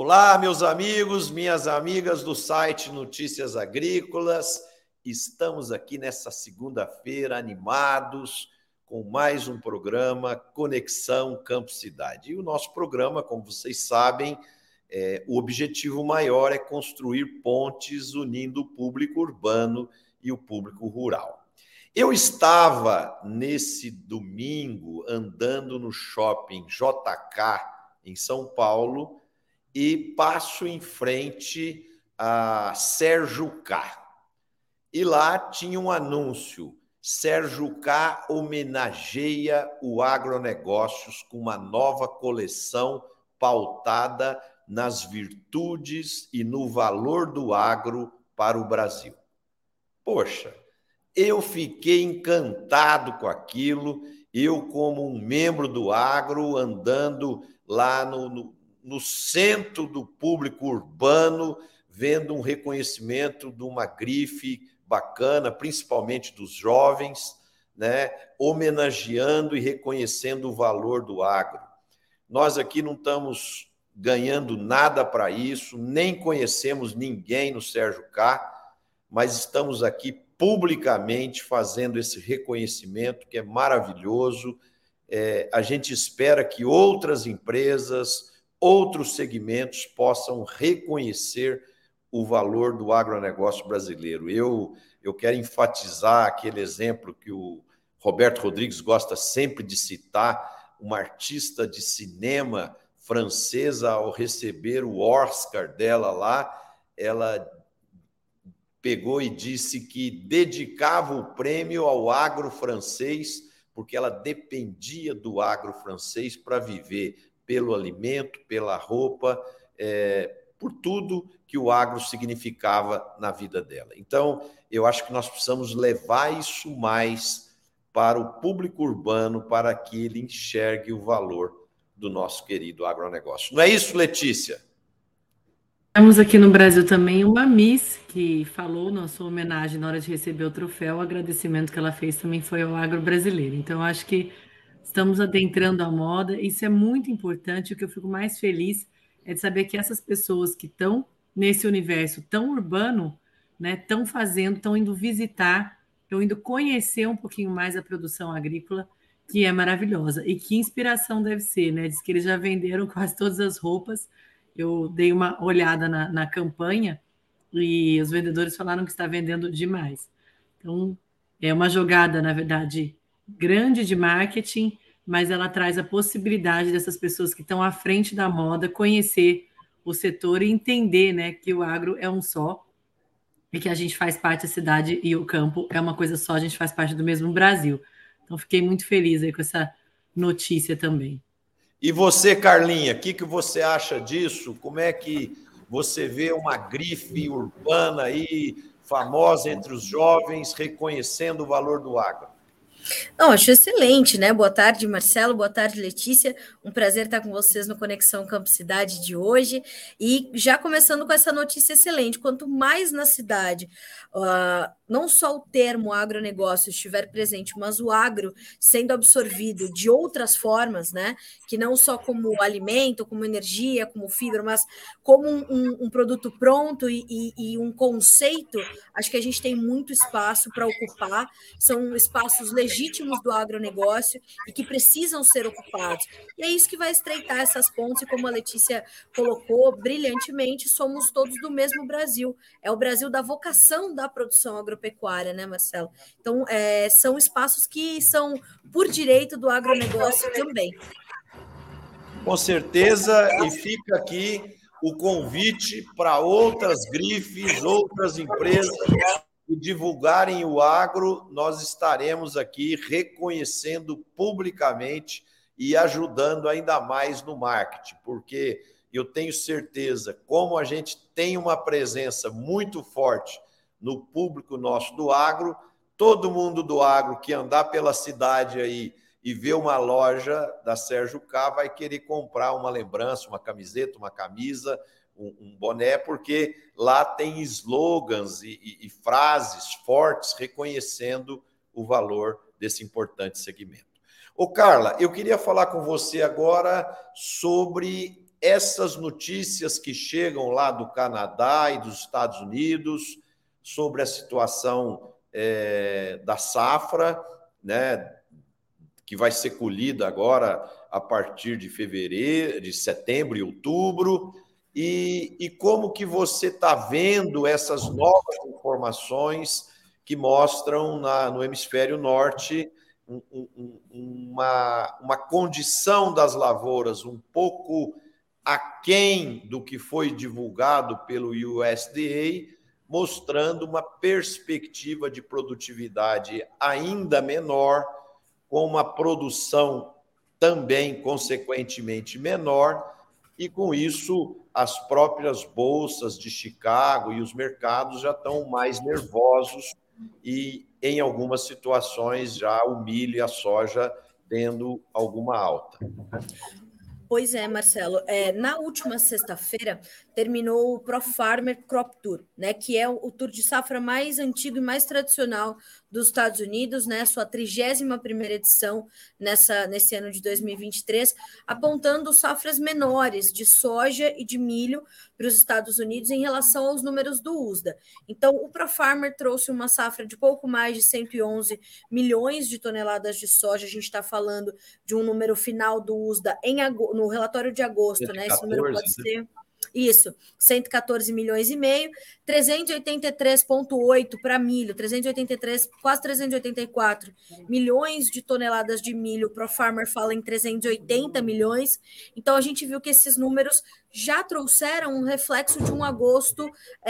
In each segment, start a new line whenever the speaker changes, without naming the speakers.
Olá, meus amigos, minhas amigas do site Notícias Agrícolas. Estamos aqui nessa segunda-feira animados com mais um programa Conexão Campo Cidade. E o nosso programa, como vocês sabem, o objetivo maior é construir pontes unindo o público urbano e o público rural. Eu estava nesse domingo andando no shopping JK em São Paulo e passo em frente a Sérgio K. E lá tinha um anúncio: Sérgio K homenageia o agronegócios com uma nova coleção pautada nas virtudes e no valor do agro para o Brasil. Poxa, eu fiquei encantado com aquilo, eu como um membro do agro, andando lá no centro do público urbano, vendo um reconhecimento de uma grife bacana, principalmente dos jovens, né, homenageando e reconhecendo o valor do agro. Nós aqui não estamos ganhando nada para isso, nem conhecemos ninguém no Sérgio K, mas estamos aqui publicamente fazendo esse reconhecimento que é maravilhoso. A gente espera que outras empresas, outros segmentos possam reconhecer o valor do agronegócio brasileiro. Eu quero enfatizar aquele exemplo que o Roberto Rodrigues gosta sempre de citar, uma artista de cinema francesa, ao receber o Oscar dela lá, ela pegou e disse que dedicava o prêmio ao agro francês, porque ela dependia do agro francês para viver, pelo alimento, pela roupa, por tudo que o agro significava na vida dela. Então, eu acho que nós precisamos levar isso mais para o público urbano, para que ele enxergue o valor do nosso querido agronegócio. Não é isso, Letícia?
Temos aqui no Brasil também uma Miss que falou na sua homenagem na hora de receber o troféu. O agradecimento que ela fez também foi ao agro brasileiro. Então, eu acho que estamos adentrando a moda. Isso é muito importante. O que eu fico mais feliz é de saber que essas pessoas que estão nesse universo tão urbano, né, estão fazendo, estão indo visitar, estão indo conhecer um pouquinho mais a produção agrícola, que é maravilhosa. E que inspiração deve ser, né? Diz que eles já venderam quase todas as roupas. Eu dei uma olhada na campanha e os vendedores falaram que está vendendo demais. Então, é uma jogada, na verdade, grande de marketing, mas ela traz a possibilidade dessas pessoas que estão à frente da moda conhecer o setor e entender, né, que o agro é um só e que a gente faz parte da cidade e o campo é uma coisa só, a gente faz parte do mesmo Brasil. Então, fiquei muito feliz aí com essa notícia também.
E você, Carlinha, o que você acha disso? Como é que você vê uma grife urbana aí, famosa entre os jovens, reconhecendo o valor do agro?
Não, acho excelente, né? Boa tarde, Marcelo. Boa tarde, Letícia. Um prazer estar com vocês no Conexão Campo Cidade de hoje. E já começando com essa notícia excelente: quanto mais na cidade, não só o termo agronegócio estiver presente, mas o agro sendo absorvido de outras formas, né? Que não só como alimento, como energia, como fibra, mas como um produto pronto e um conceito, acho que a gente tem muito espaço para ocupar. São espaços legítimos do agronegócio e que precisam ser ocupados. E é isso que vai estreitar essas pontes, e como a Letícia colocou brilhantemente, somos todos do mesmo Brasil. É o Brasil da vocação da produção agropecuária, né, Marcelo? Então, são espaços que são por direito do agronegócio também.
Com certeza, e fica aqui o convite para outras grifes, outras empresas que divulgarem o agro. Nós estaremos aqui reconhecendo publicamente e ajudando ainda mais no marketing, porque eu tenho certeza, como a gente tem uma presença muito forte no público nosso do agro, todo mundo do agro que andar pela cidade aí e ver uma loja da Sérgio K vai querer comprar uma lembrança, uma camiseta, uma camisa, um boné, porque lá tem slogans e frases fortes reconhecendo o valor desse importante segmento. Ô, Carla, eu queria falar com você agora sobre essas notícias que chegam lá do Canadá e dos Estados Unidos sobre a situação da safra, né, que vai ser colhida agora a partir de fevereiro, de setembro e outubro, e como que você está vendo essas novas informações que mostram no hemisfério norte uma condição das lavouras um pouco aquém do que foi divulgado pelo USDA, mostrando uma perspectiva de produtividade ainda menor, com uma produção também, consequentemente, menor, e com isso as próprias bolsas de Chicago e os mercados já estão mais nervosos e, em algumas situações, já o milho e a soja tendo alguma alta.
Pois é, Marcelo. Na última sexta-feira terminou o ProFarmer Crop Tour, né, que é o tour de safra mais antigo e mais tradicional dos Estados Unidos, né, sua 31ª edição nesse ano de 2023, apontando safras menores de soja e de milho para os Estados Unidos em relação aos números do USDA. Então, o ProFarmer trouxe uma safra de pouco mais de 111 milhões de toneladas de soja. A gente está falando de um número final do USDA no relatório de agosto, 114, né? Esse número pode ser... Isso, 114 milhões e meio, 383,8 para milho, 383, quase 384 milhões de toneladas de milho. O ProFarmer fala em 380 milhões. Então, a gente viu que esses números já trouxeram um reflexo de um agosto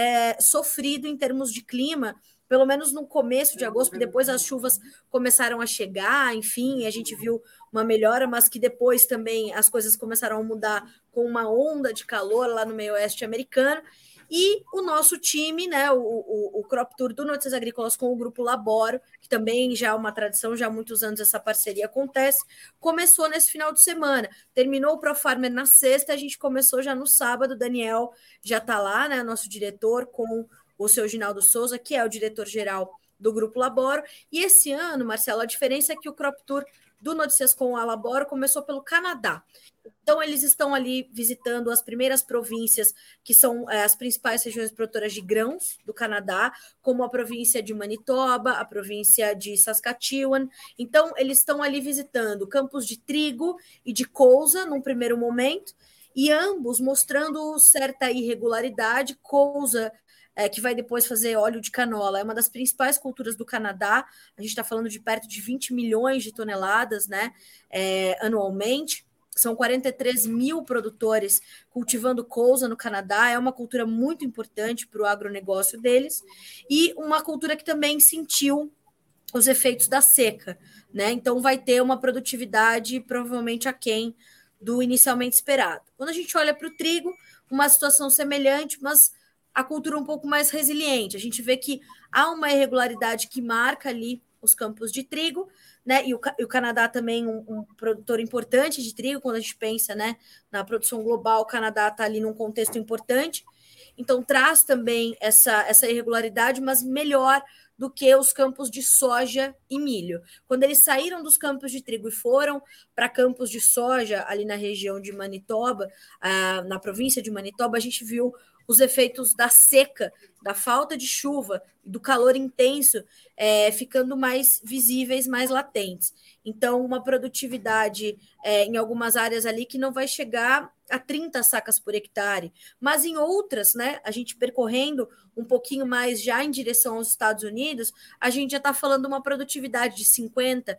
sofrido em termos de clima, pelo menos no começo de agosto, porque depois as chuvas começaram a chegar, enfim, a gente viu uma melhora, mas que depois também as coisas começaram a mudar com uma onda de calor lá no meio oeste americano. E o nosso time, né, o Crop Tour do Notícias Agrícolas com o Grupo Laboro, que também já é uma tradição, já há muitos anos essa parceria acontece, começou nesse final de semana. Terminou o ProFarmer na sexta, a gente começou já no sábado. O Daniel já está lá, né, nosso diretor, com o seu Ginaldo Souza, que é o diretor-geral do Grupo Laboro. E esse ano, Marcelo, a diferença é que o Crop Tour do Notícias com a Laboro começou pelo Canadá. Então, eles estão ali visitando as primeiras províncias, que são as principais regiões produtoras de grãos do Canadá, como a província de Manitoba, a província de Saskatchewan. Então, eles estão ali visitando campos de trigo e de colza, num primeiro momento, e ambos mostrando certa irregularidade. Colza, que vai depois fazer óleo de canola, é uma das principais culturas do Canadá. A gente está falando de perto de 20 milhões de toneladas, né, anualmente. São 43 mil produtores cultivando colza no Canadá. É uma cultura muito importante para o agronegócio deles e uma cultura que também sentiu os efeitos da seca, né? Então vai ter uma produtividade provavelmente aquém do inicialmente esperado. Quando a gente olha para o trigo, uma situação semelhante, mas a cultura um pouco mais resiliente. A gente vê que há uma irregularidade que marca ali os campos de trigo, né? E o Canadá também um produtor importante de trigo. Quando a gente pensa, né, na produção global, o Canadá está ali num contexto importante. Então traz também essa irregularidade, mas melhor do que os campos de soja e milho. Quando eles saíram dos campos de trigo e foram para campos de soja ali na região de Manitoba, na província de Manitoba, a gente viu os efeitos da seca, da falta de chuva, do calor intenso, ficando mais visíveis, mais latentes. Então, uma produtividade em algumas áreas ali que não vai chegar a 30 sacas por hectare, mas em outras, né, a gente percorrendo um pouquinho mais já em direção aos Estados Unidos, a gente já está falando de uma produtividade de 50,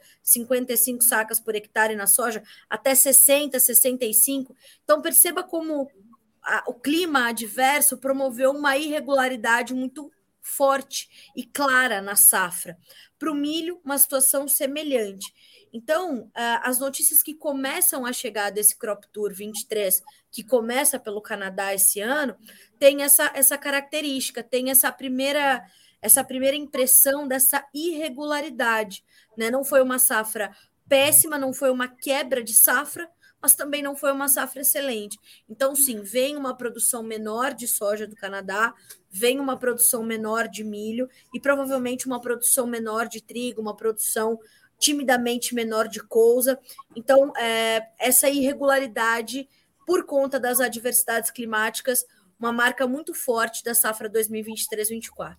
55 sacas por hectare na soja, até 60, 65. Então, perceba como o clima adverso promoveu uma irregularidade muito forte e clara na safra. Para o milho, uma situação semelhante. Então, as notícias que começam a chegar desse Crop Tour 23, que começa pelo Canadá esse ano, tem essa característica, tem essa primeira impressão dessa irregularidade, né? Não foi uma safra péssima, não foi uma quebra de safra, mas também não foi uma safra excelente. Então, sim, vem uma produção menor de soja do Canadá, vem uma produção menor de milho e provavelmente uma produção menor de trigo, uma produção timidamente menor de colza. Então, essa irregularidade por conta das adversidades climáticas, uma marca muito forte da safra 2023-24.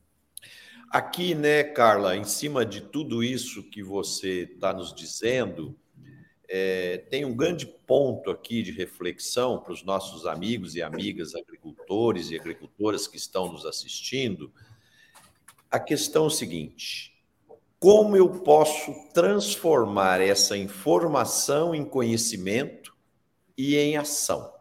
Aqui, né, Carla, em cima de tudo isso que você está nos dizendo, tem um grande ponto aqui de reflexão para os nossos amigos e amigas agricultores e agricultoras que estão nos assistindo. A questão é o seguinte: como eu posso transformar essa informação em conhecimento e em ação?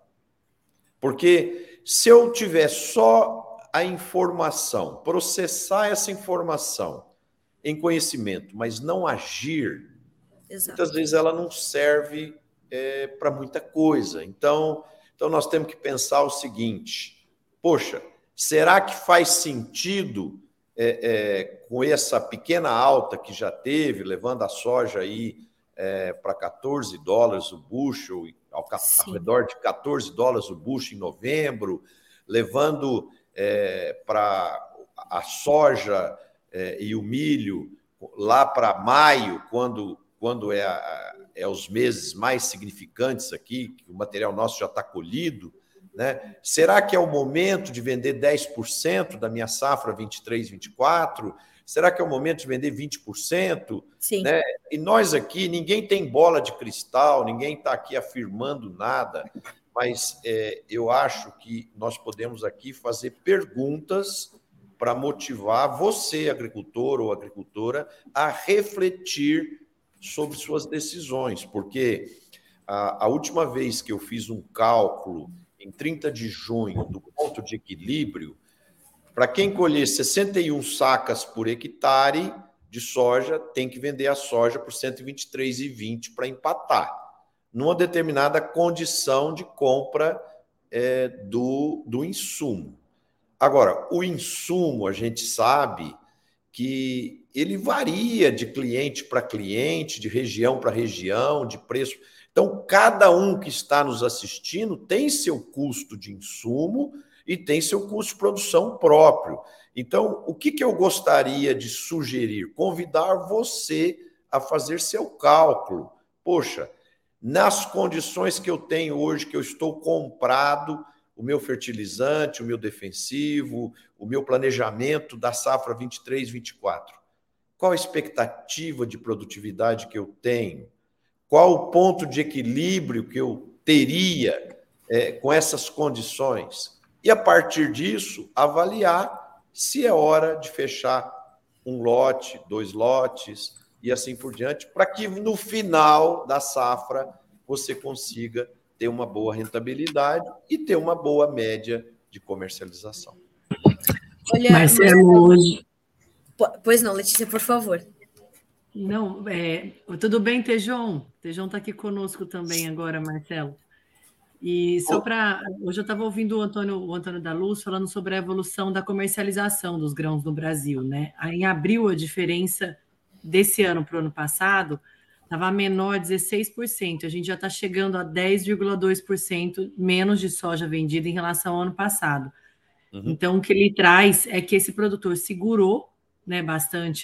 Porque se eu tiver só a informação, processar essa informação em conhecimento, mas não agir,
Exato.
Muitas vezes ela não serve para muita coisa. Então, nós temos que pensar o seguinte: poxa, será que faz sentido, com essa pequena alta que já teve, levando a soja aí para $14 o bushel, ao redor de $14 o bushel em novembro, levando para a soja e o milho lá para maio, quando é os meses mais significantes aqui, que o material nosso já está colhido, né? Será que é o momento de vender 10% da minha safra 23-24? Será que é o momento de vender 20%?
Sim.
Né? E nós aqui, ninguém tem bola de cristal, ninguém está aqui afirmando nada, mas eu acho que nós podemos aqui fazer perguntas para motivar você, agricultor ou agricultora, a refletir sobre suas decisões, porque a última vez que eu fiz um cálculo em 30 de junho do ponto de equilíbrio, para quem colher 61 sacas por hectare de soja, tem que vender a soja por 123,20 para empatar, numa determinada condição de compra do insumo. Agora, o insumo, a gente sabe que ele varia de cliente para cliente, de região para região, de preço. Então, cada um que está nos assistindo tem seu custo de insumo e tem seu custo de produção próprio. Então, o que eu gostaria de sugerir? Convidar você a fazer seu cálculo. Poxa, nas condições que eu tenho hoje, que eu estou comprado, o meu fertilizante, o meu defensivo, o meu planejamento da safra 23-24. Qual a expectativa de produtividade que eu tenho? Qual o ponto de equilíbrio que eu teria com essas condições? E, a partir disso, avaliar se é hora de fechar um lote, 2 lotes e assim por diante, para que no final da safra você consiga ter uma boa rentabilidade e ter uma boa média de comercialização.
Olha,
Marcelo, hoje...
Pois não, Letícia, por favor.
Não, tudo bem, Tejon? Tejon está aqui conosco também agora, Marcelo. E só para... Hoje eu estava ouvindo o Antônio da Luz falando sobre a evolução da comercialização dos grãos no Brasil, né? Em abril, a diferença desse ano para o ano passado estava menor, 16%. A gente já está chegando a 10,2% menos de soja vendida em relação ao ano passado. Uhum. Então, o que ele traz é que esse produtor segurou, né, bastante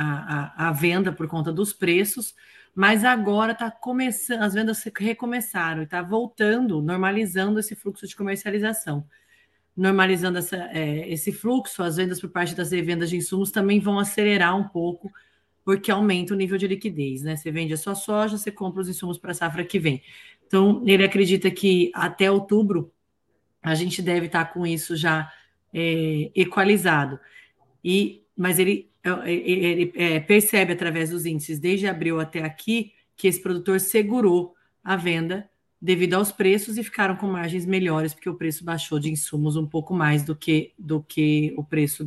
a venda por conta dos preços, mas agora está começando, as vendas recomeçaram e está voltando, normalizando esse fluxo de comercialização. Normalizando esse fluxo, as vendas por parte das revendas de insumos também vão acelerar um pouco, porque aumenta o nível de liquidez, né? Você vende a sua soja, você compra os insumos para a safra que vem. Então, ele acredita que até outubro a gente deve estar com isso já equalizado. Mas ele percebe através dos índices, desde abril até aqui, que esse produtor segurou a venda devido aos preços e ficaram com margens melhores, porque o preço baixou de insumos um pouco mais do que o preço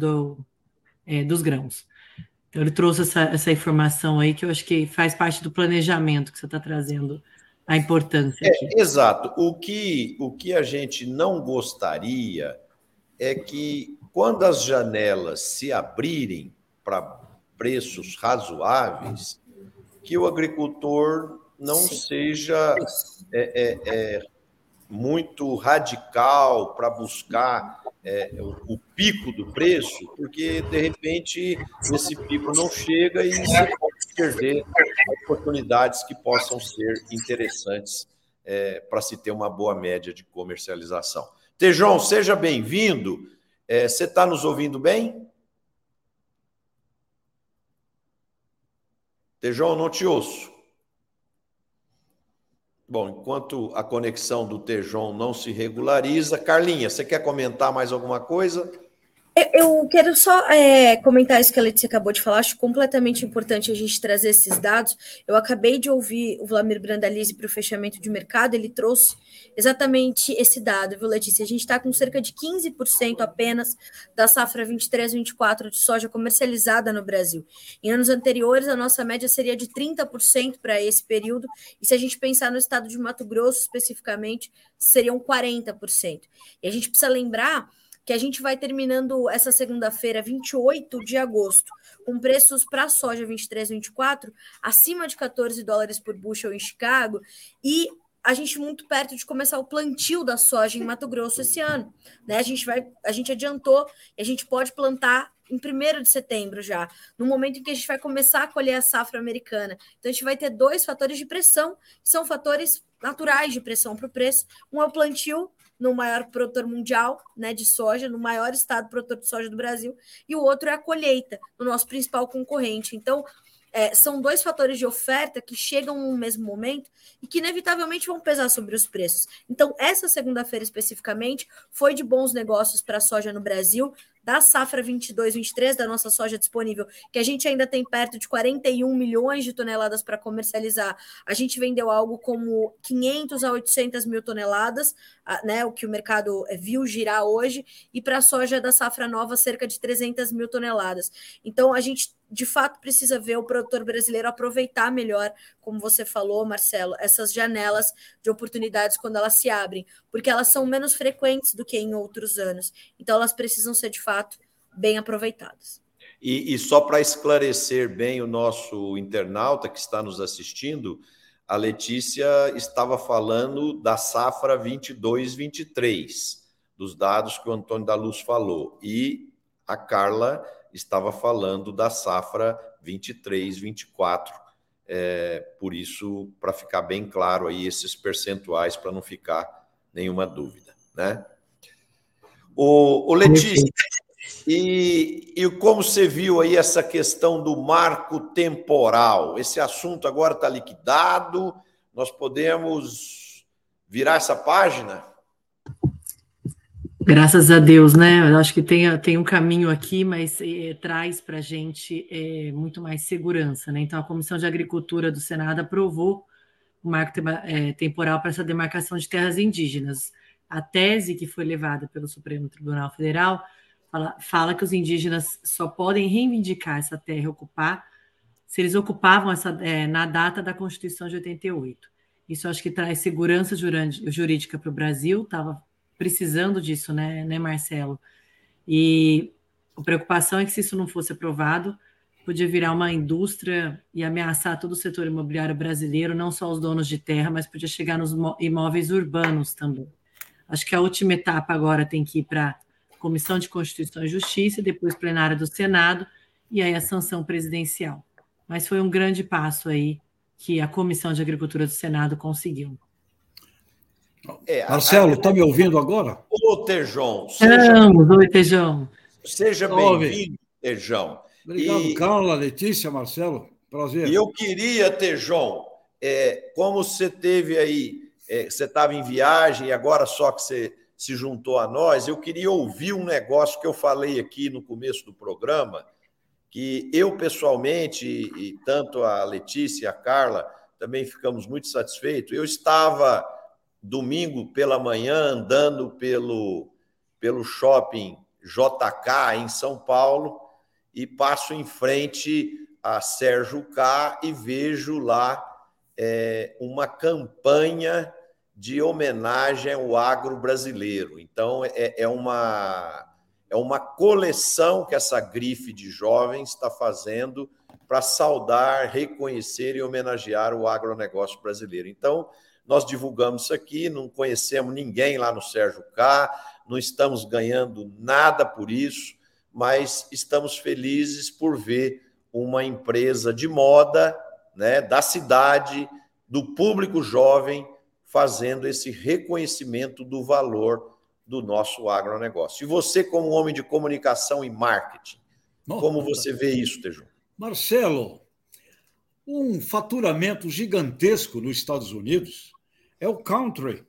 dos grãos. Então, ele trouxe essa informação aí, que eu acho que faz parte do planejamento que você está trazendo, a importância aqui.
Exato. O que a gente não gostaria é que, quando as janelas se abrirem para preços razoáveis, que o agricultor não seja muito radical para buscar o pico do preço, porque, de repente, esse pico não chega e você pode perder oportunidades que possam ser interessantes para se ter uma boa média de comercialização. Tejon, seja bem-vindo. Você está nos ouvindo bem? Tejon, não te ouço. Bom, enquanto a conexão do Tejon não se regulariza, Carlinha, você quer comentar mais alguma coisa?
Eu quero só comentar isso que a Letícia acabou de falar. Acho completamente importante a gente trazer esses dados. Eu acabei de ouvir o Wlamir Brandalize para o fechamento de mercado, ele trouxe exatamente esse dado, viu, Letícia? A gente está com cerca de 15% apenas da safra 23-24 de soja comercializada no Brasil. Em anos anteriores, a nossa média seria de 30% para esse período, e se a gente pensar no estado de Mato Grosso especificamente, seriam 40%. E a gente precisa lembrar que a gente vai terminando essa segunda-feira, 28 de agosto, com preços para a soja 23-24 acima de $14 por bushel em Chicago, e a gente muito perto de começar o plantio da soja em Mato Grosso esse ano, né? A gente adiantou e a gente pode plantar em 1º de setembro já, no momento em que a gente vai começar a colher a safra americana. Então a gente vai ter 2 fatores de pressão, que são fatores naturais de pressão para o preço. Um é o plantio no maior produtor mundial, né, de soja, no maior estado produtor de soja do Brasil, e o outro é a colheita, no nosso principal concorrente. Então, são 2 fatores de oferta que chegam no mesmo momento e que inevitavelmente vão pesar sobre os preços. Então, essa segunda-feira especificamente foi de bons negócios para a soja no Brasil, da safra 22-23, da nossa soja disponível, que a gente ainda tem perto de 41 milhões de toneladas para comercializar. A gente vendeu algo como 500 a 800 mil toneladas, né, o que o mercado viu girar hoje, e para a soja da safra nova, cerca de 300 mil toneladas. Então, a gente, de fato, precisa ver o produtor brasileiro aproveitar melhor, como você falou, Marcelo, essas janelas de oportunidades quando elas se abrem, porque elas são menos frequentes do que em outros anos. Então, elas precisam ser, de fato, bem aproveitadas.
E só para esclarecer bem o nosso internauta que está nos assistindo, a Letícia estava falando da safra 22-23, dos dados que o Antônio da Luz falou, e a Carla estava falando da safra 23-24, por isso, para ficar bem claro aí esses percentuais, para não ficar nenhuma dúvida, né? O Letícia, e como você viu aí essa questão do marco temporal? Esse assunto agora está liquidado, nós podemos virar essa página?
Graças a Deus, né? Eu acho que tem um caminho aqui, mas traz para a gente muito mais segurança, né? Então, a Comissão de Agricultura do Senado aprovou o marco temporal para essa demarcação de terras indígenas. A tese que foi levada pelo Supremo Tribunal Federal fala que os indígenas só podem reivindicar essa terra e ocupar se eles ocupavam na data da Constituição de 88. Isso acho que traz segurança jurídica para o Brasil, estava precisando disso, né, Marcelo? E a preocupação é que se isso não fosse aprovado, podia virar uma indústria e ameaçar todo o setor imobiliário brasileiro, não só os donos de terra, mas podia chegar nos imóveis urbanos também. Acho que a última etapa agora tem que ir para a Comissão de Constituição e Justiça, depois plenária do Senado, e aí a sanção presidencial. Mas foi um grande passo aí que a Comissão de Agricultura do Senado conseguiu.
Marcelo, está me ouvindo agora?
Ô, Tejon,
Oi, Tejão.
Seja bem-vindo, Tejão.
Obrigado, Carla, Letícia, Marcelo. Prazer.
E eu queria, Tejon, como você teve aí, você estava em viagem e agora só que você se juntou a nós, eu queria ouvir um negócio que eu falei aqui no começo do programa, que eu pessoalmente, e tanto a Letícia e a Carla, também ficamos muito satisfeitos. Eu estava domingo pela manhã andando pelo shopping JK em São Paulo e passo em frente a Sérgio K e vejo lá uma campanha de homenagem ao agro brasileiro. Então, é uma coleção que essa grife de jovens está fazendo para saudar, reconhecer e homenagear o agronegócio brasileiro. Então, nós divulgamos isso aqui, não conhecemos ninguém lá no Sérgio K, não estamos ganhando nada por isso, mas estamos felizes por ver uma empresa de moda, né, da cidade, do público jovem, fazendo esse reconhecimento do valor do nosso agronegócio. E você, como homem de comunicação e marketing, como você vê isso, Tejon?
Marcelo, um faturamento gigantesco nos Estados Unidos é o country.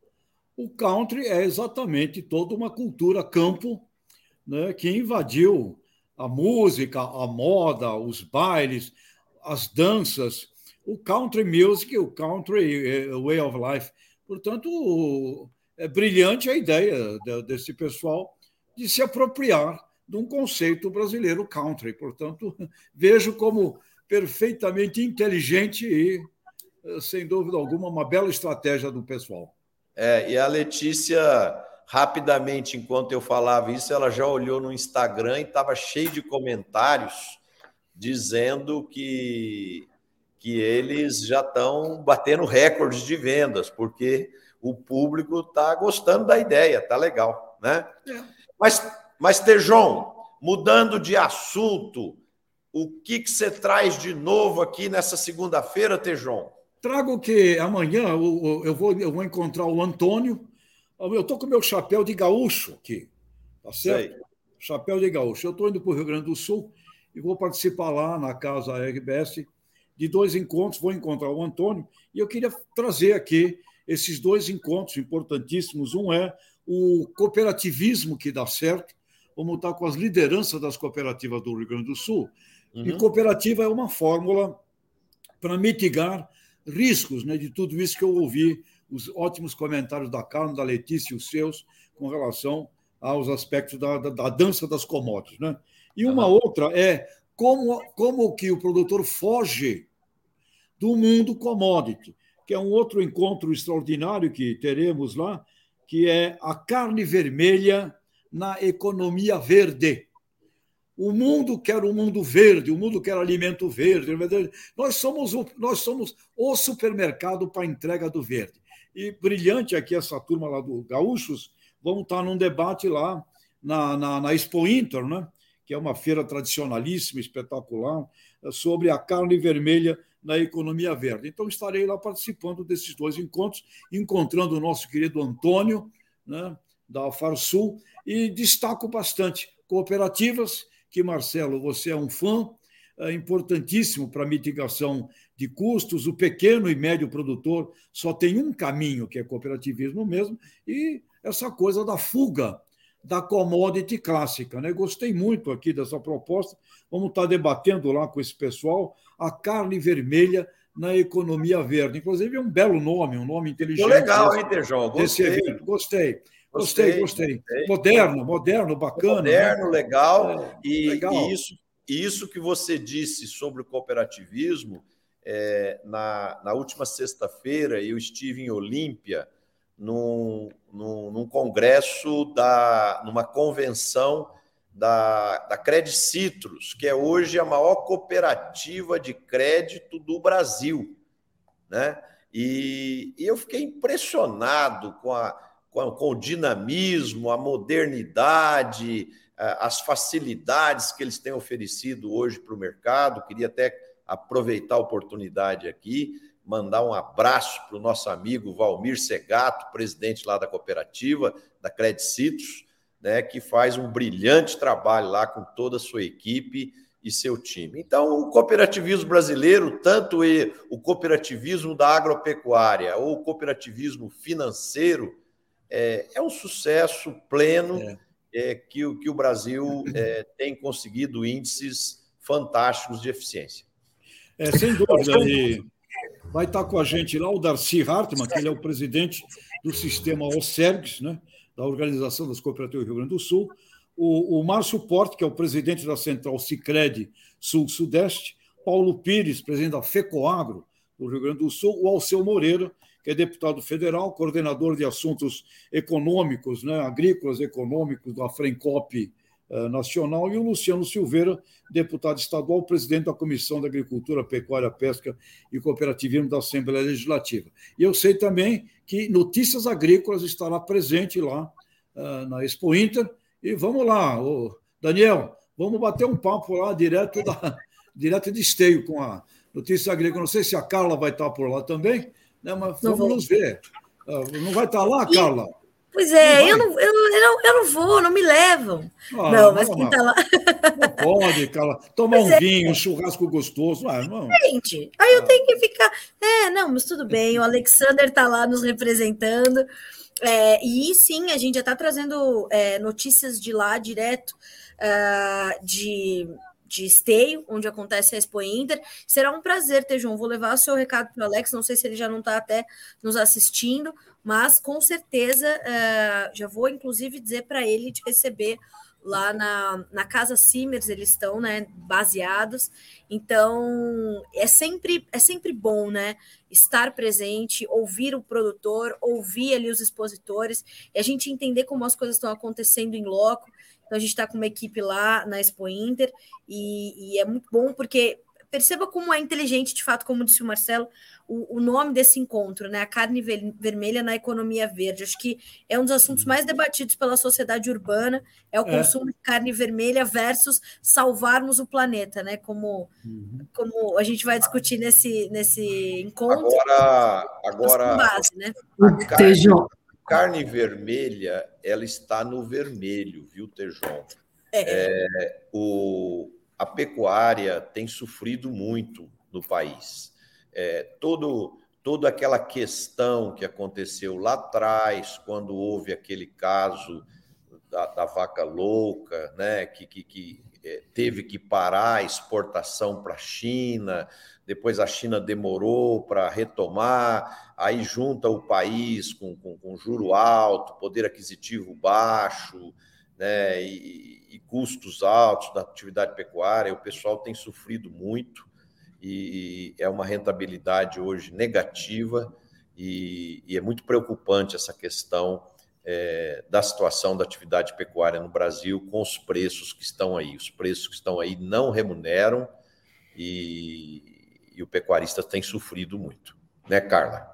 O country é exatamente toda uma cultura campo, né, que invadiu a música, a moda, os bailes, as danças, o country music, o country way of life. Portanto, é brilhante a ideia desse pessoal de se apropriar de um conceito brasileiro country. Portanto, vejo como perfeitamente inteligente e, sem dúvida alguma, uma bela estratégia do pessoal.
E a Letícia, rapidamente, enquanto eu falava isso, ela já olhou no Instagram e estava cheio de comentários dizendo que eles já estão batendo recordes de vendas, porque o público está gostando da ideia, está legal, né? Mas, Tejon, mudando de assunto, o que você traz de novo aqui nessa segunda-feira, Tejon?
Trago que amanhã eu vou encontrar o Antônio. Eu estou com o meu chapéu de gaúcho aqui, tá certo? Sei. Chapéu de gaúcho. Eu estou indo para o Rio Grande do Sul e vou participar lá na Casa RBS de 2 encontros. Vou encontrar o Antônio e eu queria trazer aqui esses 2 encontros importantíssimos. Um é o cooperativismo que dá certo. Vamos estar com as lideranças das cooperativas do Rio Grande do Sul. Uhum. E cooperativa é uma fórmula para mitigar riscos, né, de tudo isso que eu ouvi, os ótimos comentários da Carmen, da Letícia e os seus, com relação aos aspectos da dança das commodities, né? E uma outra é como que o produtor foge do mundo commodity, que é um outro encontro extraordinário que teremos lá, que é a carne vermelha na economia verde. O mundo quer um mundo verde, o mundo quer alimento verde. Nós somos o supermercado para a entrega do verde. E brilhante aqui essa turma lá do Gaúchos, vamos estar num debate lá na Expo Inter, né? Que é uma feira tradicionalíssima, espetacular, sobre a carne vermelha na economia verde. Então, estarei lá participando desses 2 encontros, encontrando o nosso querido Antônio, né, da Farsul, e destaco bastante cooperativas, que, Marcelo, você é um fã, importantíssimo para a mitigação de custos. O pequeno e médio produtor só tem um caminho, que é cooperativismo mesmo, e essa coisa da fuga da commodity clássica, né? Gostei muito aqui dessa proposta. Vamos estar debatendo lá com esse pessoal a carne vermelha na economia verde. Inclusive, é um belo nome, um nome inteligente.
Legal, hein, Tejon?
Desse evento. Gostei. Moderno, bacana.
Moderno, né? Legal.
Legal.
E isso que você disse sobre o cooperativismo, na última sexta-feira eu estive em Olímpia, num congresso, numa convenção da Credit Citrus, que é hoje a maior cooperativa de crédito do Brasil, né? E eu fiquei impressionado com o dinamismo, a modernidade, as facilidades que eles têm oferecido hoje para o mercado. Queria até aproveitar a oportunidade aqui, mandar um abraço para o nosso amigo Valmir Segato, presidente lá da cooperativa, da Credit Citrus, né, que faz um brilhante trabalho lá com toda a sua equipe e seu time. Então, o cooperativismo brasileiro, tanto o cooperativismo da agropecuária ou o cooperativismo financeiro, é um sucesso pleno, que o Brasil tem conseguido índices fantásticos de eficiência.
Sem dúvida. E vai estar com a gente lá o Darcy Hartmann, que ele é o presidente do sistema OCERGS, né, da Organização das Cooperativas do Rio Grande do Sul, o Márcio Porte, que é o presidente da Central Sicredi Sul-Sudeste, Paulo Pires, presidente da FECOAGRO do Rio Grande do Sul, o Alceu Moreira, que é deputado federal, coordenador de assuntos econômicos, né, agrícolas econômicos da Frencop Nacional, e o Luciano Silveira, deputado estadual, presidente da Comissão da Agricultura, Pecuária, Pesca e Cooperativismo da Assembleia Legislativa. E eu sei também que Notícias Agrícolas estará presente lá na Expo Inter. E vamos lá, Daniel, vamos bater um papo lá direto de Esteio com a Notícias Agrícolas. Não sei se a Carla vai estar por lá também, Né? Mas vamos nos ver. Não vai estar lá, Carla?
Pois é, eu não vou, não me levam. Não, mas quem está lá...
Não pode, Carla. Tomar um vinho, um churrasco gostoso. Não.
Gente, aí eu tenho que ficar... não, mas tudo bem, o Alexander está lá nos representando. E sim, a gente já está trazendo notícias de lá direto, de Esteio, onde acontece a Expo Inter. Será um prazer, Tejon. Vou levar o seu recado para o Alex, não sei se ele já não está até nos assistindo, mas com certeza já vou, inclusive, dizer para ele de receber lá na Casa Simers, eles estão, né, baseados. Então, é sempre bom, né, estar presente, ouvir o produtor, ouvir ali os expositores, e a gente entender como as coisas estão acontecendo em loco. Então, a gente está com uma equipe lá na Expo Inter, e é muito bom, porque perceba como é inteligente, de fato, como disse o Marcelo, o nome desse encontro, né? A carne vermelha na economia verde. Acho que é um dos assuntos mais debatidos pela sociedade urbana, é o consumo de carne vermelha versus salvarmos o planeta, né? Como a gente vai discutir nesse encontro.
Agora
base, né?
Carne vermelha, ela está no vermelho, viu, Tejon? A pecuária tem sofrido muito no país. Toda aquela questão que aconteceu lá atrás, quando houve aquele caso da vaca louca, né, que teve que parar a exportação para a China, depois a China demorou para retomar, aí junta o país com juro alto, poder aquisitivo baixo, né, e custos altos da atividade pecuária. O pessoal tem sofrido muito e é uma rentabilidade hoje negativa e é muito preocupante essa questão da situação da atividade pecuária no Brasil com os preços que estão aí. Os preços que estão aí não remuneram e o pecuarista tem sofrido muito. Né, Carla?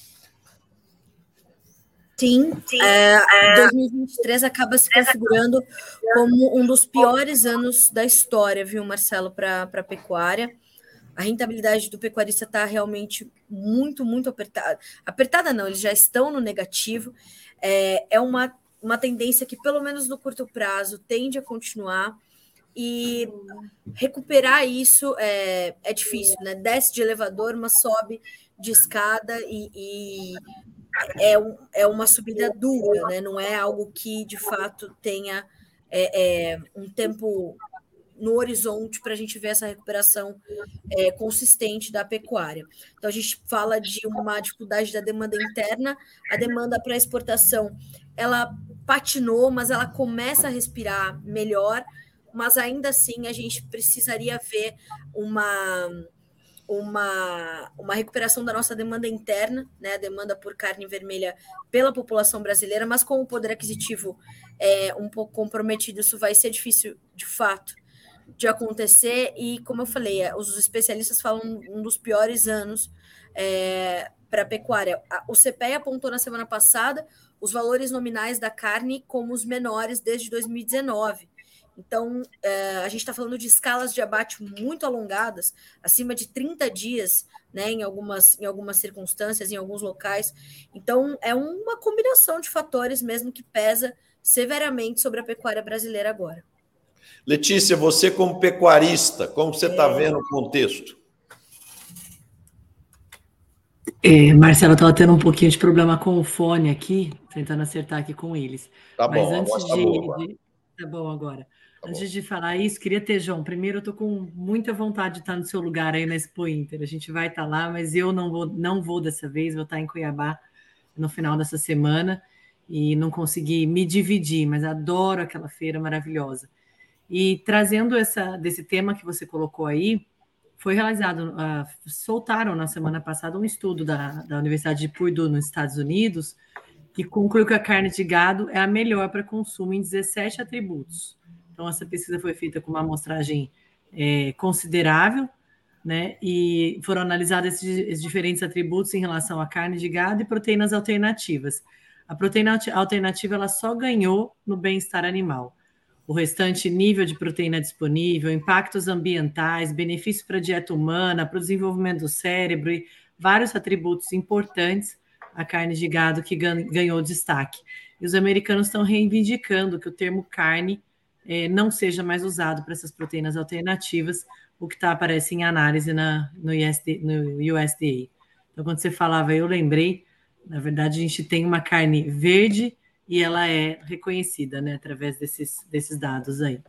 Sim. 2023 acaba se configurando como um dos piores anos da história, viu, Marcelo, para a pecuária. A rentabilidade do pecuarista está realmente muito, muito apertada. Apertada não, eles já estão no negativo. É uma tendência que, pelo menos no curto prazo, tende a continuar. E recuperar isso é difícil, né? Desce de elevador, mas sobe de escada e é uma subida dura, né? Não é algo que, de fato, tenha um tempo no horizonte para a gente ver essa recuperação consistente da pecuária. Então, a gente fala de uma dificuldade da demanda interna, a demanda para exportação, ela patinou, mas ela começa a respirar melhor, mas ainda assim a gente precisaria ver uma recuperação da nossa demanda interna, né, a demanda por carne vermelha pela população brasileira, mas com o poder aquisitivo um pouco comprometido, isso vai ser difícil, de fato, de acontecer. E, como eu falei, os especialistas falam um dos piores anos para a pecuária. O CPEA apontou na semana passada os valores nominais da carne como os menores desde 2019. Então, a gente está falando de escalas de abate muito alongadas, acima de 30 dias, né, em algumas circunstâncias, em alguns locais. Então, é uma combinação de fatores mesmo que pesa severamente sobre a pecuária brasileira agora.
Letícia, você como pecuarista, como você está vendo o contexto?
Marcelo, estava tendo um pouquinho de problema com o fone aqui, tentando acertar aqui com eles.
Tá
Mas
bom,
antes
tá bom agora.
Tá bom agora.
Tá
Antes
bom.
de falar isso, queria ter, João, primeiro eu estou com muita vontade de estar no seu lugar aí na Expo Inter. A gente vai estar lá, mas eu não vou dessa vez, vou estar em Cuiabá no final dessa semana e não consegui me dividir, mas adoro aquela feira maravilhosa. E trazendo desse tema que você colocou aí, foi realizado, soltaram na semana passada um estudo da Universidade de Purdue, nos Estados Unidos, que concluiu que a carne de gado é a melhor para consumo em 17 atributos. Então, essa pesquisa foi feita com uma amostragem considerável, né? E foram analisados esses diferentes atributos em relação à carne de gado e proteínas alternativas. A proteína alternativa ela só ganhou no bem-estar animal. O restante, nível de proteína disponível, impactos ambientais, benefícios para a dieta humana, para o desenvolvimento do cérebro e vários atributos importantes a carne de gado que ganhou destaque. E os americanos estão reivindicando que o termo carne não seja mais usado para essas proteínas alternativas, o que aparece em análise no USDA. Então, quando você falava, eu lembrei, na verdade, a gente tem uma carne verde e ela é reconhecida, né, através desses dados aí.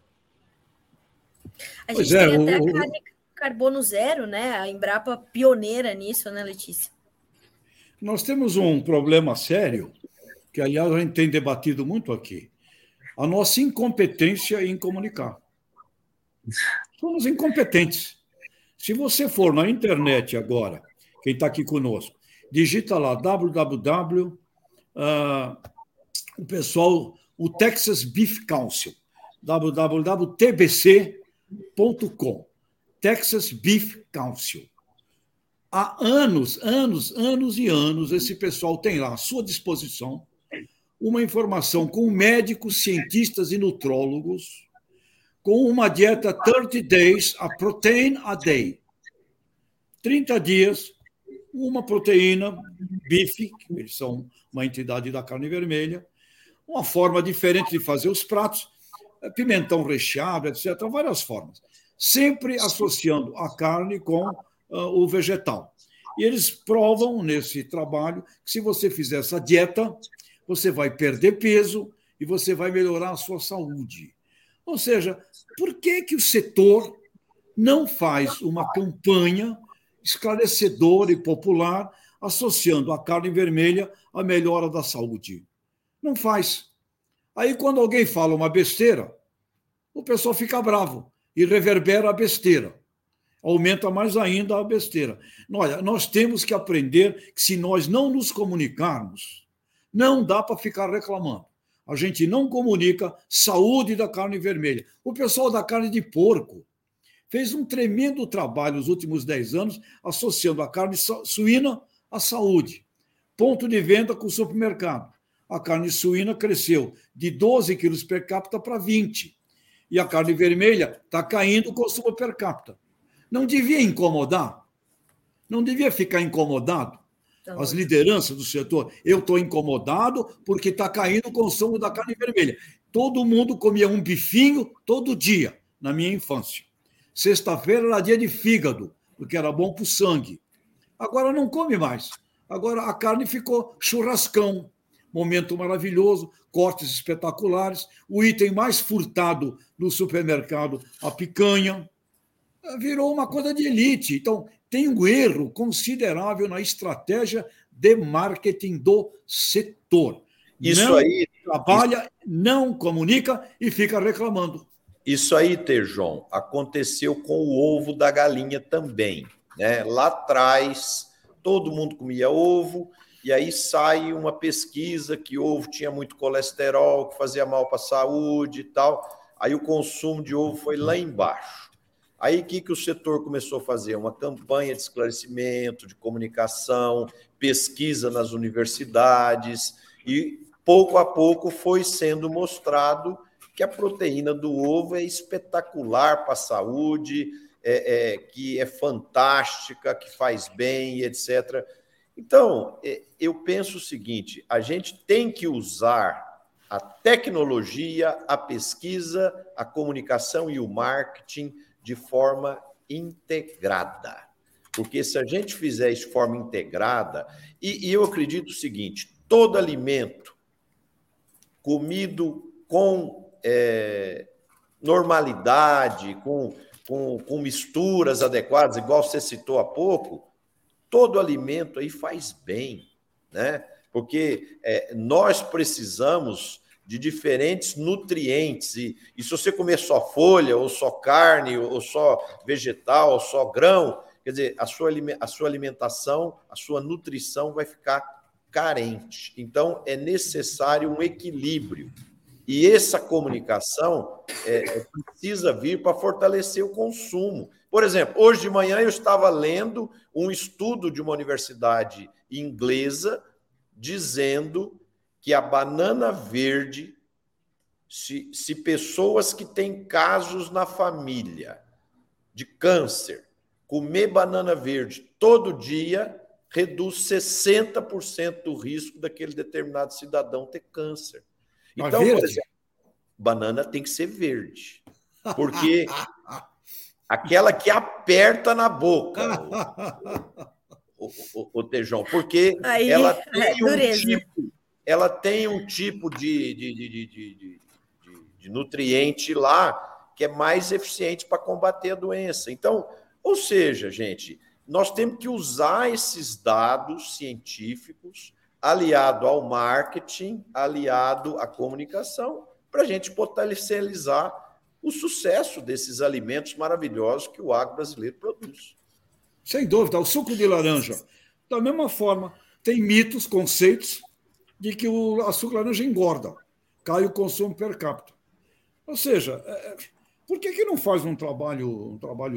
A gente tem até a carne carbono zero, né? A Embrapa pioneira nisso, né, Letícia?
Nós temos um problema sério, que, aliás, a gente tem debatido muito aqui. A nossa incompetência em comunicar. Somos incompetentes. Se você for na internet agora, quem está aqui conosco, digita lá www, o Texas Beef Council, www.tbc.com, Texas Beef Council. Há anos e anos, esse pessoal tem lá à sua disposição uma informação com médicos, cientistas e nutrólogos, com uma dieta 30 days, a protein a day. 30 dias, uma proteína, bife, eles são uma entidade da carne vermelha, uma forma diferente de fazer os pratos, pimentão recheado, etc., várias formas. Sempre associando a carne com o vegetal. E eles provam nesse trabalho que se você fizer essa dieta, você vai perder peso e você vai melhorar a sua saúde. Ou seja, por que o setor não faz uma campanha esclarecedora e popular associando a carne vermelha à melhora da saúde? Não faz. Aí, quando alguém fala uma besteira, o pessoal fica bravo e reverbera a besteira. Aumenta mais ainda a besteira. Olha, nós temos que aprender que se nós não nos comunicarmos, não dá para ficar reclamando. A gente não comunica saúde da carne vermelha. O pessoal da carne de porco fez um tremendo trabalho nos últimos 10 anos associando a carne suína à saúde. Ponto de venda com o supermercado. A carne suína cresceu de 12 quilos per capita para 20. E a carne vermelha está caindo o consumo per capita. Não devia incomodar? Não devia ficar incomodado? As lideranças do setor. Eu estou incomodado porque está caindo o consumo da carne vermelha. Todo mundo comia um bifinho todo dia, na minha infância. Sexta-feira era dia de fígado, porque era bom para o sangue. Agora não come mais. Agora a carne ficou churrascão. Momento maravilhoso, cortes espetaculares. O item mais furtado no supermercado, a picanha. Virou uma coisa de elite. Então, tem um erro considerável na estratégia de marketing do setor.
Isso
não
aí
trabalha, não comunica e fica reclamando.
Isso aí, Tejon, aconteceu com o ovo da galinha também, né? Lá atrás, todo mundo comia ovo, e aí sai uma pesquisa que ovo tinha muito colesterol, que fazia mal para a saúde e tal. Aí o consumo de ovo foi lá embaixo. Aí o que o setor começou a fazer? Uma campanha de esclarecimento, de comunicação, pesquisa nas universidades, e pouco a pouco foi sendo mostrado que a proteína do ovo é espetacular para a saúde, que é fantástica, que faz bem, etc. Então, eu penso o seguinte, a gente tem que usar a tecnologia, a pesquisa, a comunicação e o marketing de forma integrada. Porque se a gente fizer isso de forma integrada, e eu acredito o seguinte, todo alimento comido com normalidade, com misturas adequadas, igual você citou há pouco, todo alimento aí faz bem, né? Porque nós precisamos de diferentes nutrientes, e se você comer só folha, ou só carne, ou só vegetal, ou só grão, quer dizer, a sua alimentação, a sua nutrição vai ficar carente. Então, é necessário um equilíbrio. E essa comunicação precisa vir para fortalecer o consumo. Por exemplo, hoje de manhã eu estava lendo um estudo de uma universidade inglesa dizendo que a banana verde, se pessoas que têm casos na família de câncer, comer banana verde todo dia, reduz 60% do risco daquele determinado cidadão ter câncer. Então, por exemplo, banana tem que ser verde, porque aquela que aperta na boca, o Tejão, porque
aí,
ela tem um tipo de nutriente lá que é mais eficiente para combater a doença. Então, ou seja, gente, nós temos que usar esses dados científicos aliado ao marketing, aliado à comunicação, para a gente potencializar o sucesso desses alimentos maravilhosos que o agro brasileiro produz.
Sem dúvida, o suco de laranja. Da mesma forma, tem mitos, conceitos de que o açúcar de laranja engorda, cai o consumo per capita. Ou seja, por que não faz um trabalho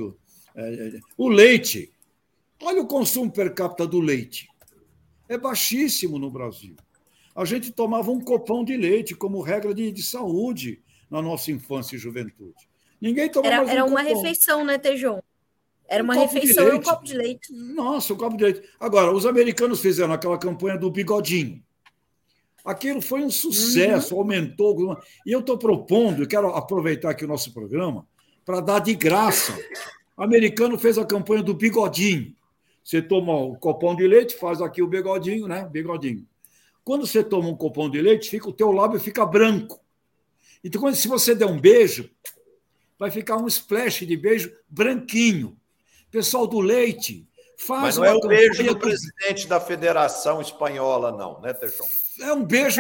o leite? Olha o consumo per capita do leite. É baixíssimo no Brasil. A gente tomava um copão de leite como regra de saúde na nossa infância e juventude. Ninguém tomava mais um
Era uma
copão.
Refeição, né, Tejão? Era uma refeição e um copo de leite.
Nossa, um copo de leite. Agora, os americanos fizeram aquela campanha do bigodinho. Aquilo foi um sucesso, aumentou. E eu estou propondo, eu quero aproveitar aqui o nosso programa para dar de graça. O americano fez a campanha do bigodinho. Você toma um copão de leite, faz aqui o bigodinho, né? Bigodinho. Quando você toma um copão de leite, o teu lábio fica branco. Então, se você der um beijo, vai ficar um splash de beijo branquinho. Pessoal do leite, faz.
Mas não é o beijo do presidente da Federação Espanhola, não, né, Tejão?
É um beijo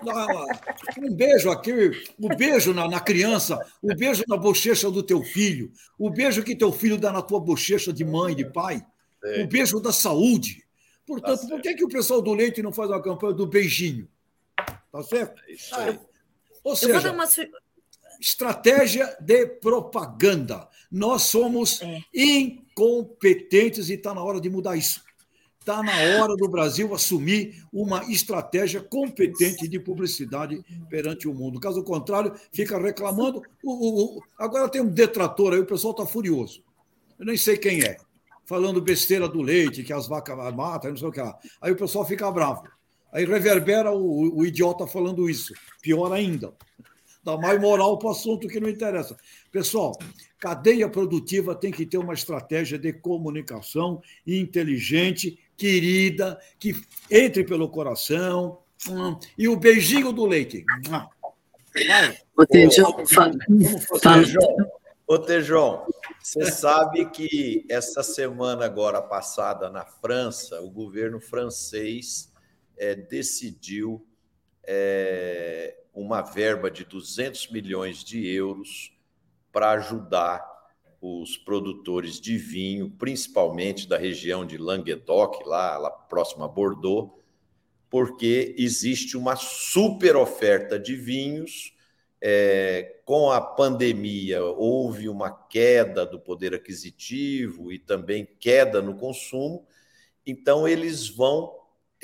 aqui, o beijo na criança, o beijo na bochecha do teu filho, o beijo que teu filho dá na tua bochecha de mãe, de pai, o beijo da saúde. Portanto, por que o pessoal do leite não faz uma campanha do beijinho? Tá certo?
Isso aí.
Ou seja, estratégia de propaganda. Nós somos incompetentes e está na hora de mudar isso. Está na hora do Brasil assumir uma estratégia competente de publicidade perante o mundo. Caso contrário, fica reclamando. Agora tem um detrator aí, o pessoal está furioso. Eu nem sei quem é. Falando besteira do leite, que as vacas matam, não sei o que lá. Aí o pessoal fica bravo. Aí reverbera o idiota falando isso. Pior ainda. Dá mais moral para o assunto que não interessa. Pessoal, cadeia produtiva tem que ter uma estratégia de comunicação inteligente, querida, que entre pelo coração. E o beijinho do leite.
Vai. Ô, Tejão,
Ô, Tejão, você sabe que essa semana agora passada na França, o governo francês decidiu uma verba de 200 milhões de euros para ajudar os produtores de vinho, principalmente da região de Languedoc, lá próximo a Bordeaux, porque existe uma super oferta de vinhos. Com a pandemia, houve uma queda do poder aquisitivo e também queda no consumo, então eles vão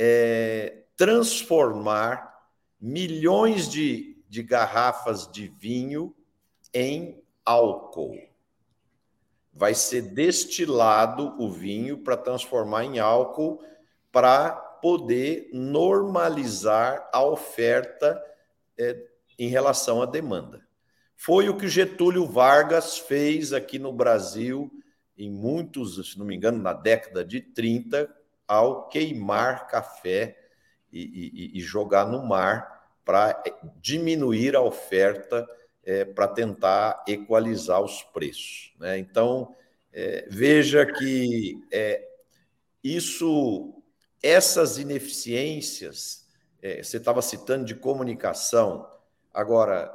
transformar milhões de garrafas de vinho em álcool. Vai ser destilado o vinho para transformar em álcool para poder normalizar a oferta em relação à demanda. Foi o que Getúlio Vargas fez aqui no Brasil em muitos, se não me engano, na década de 30, ao queimar café e jogar no mar para diminuir a oferta, para tentar equalizar os preços, né? Então, veja que essas ineficiências, você estava citando de comunicação, agora,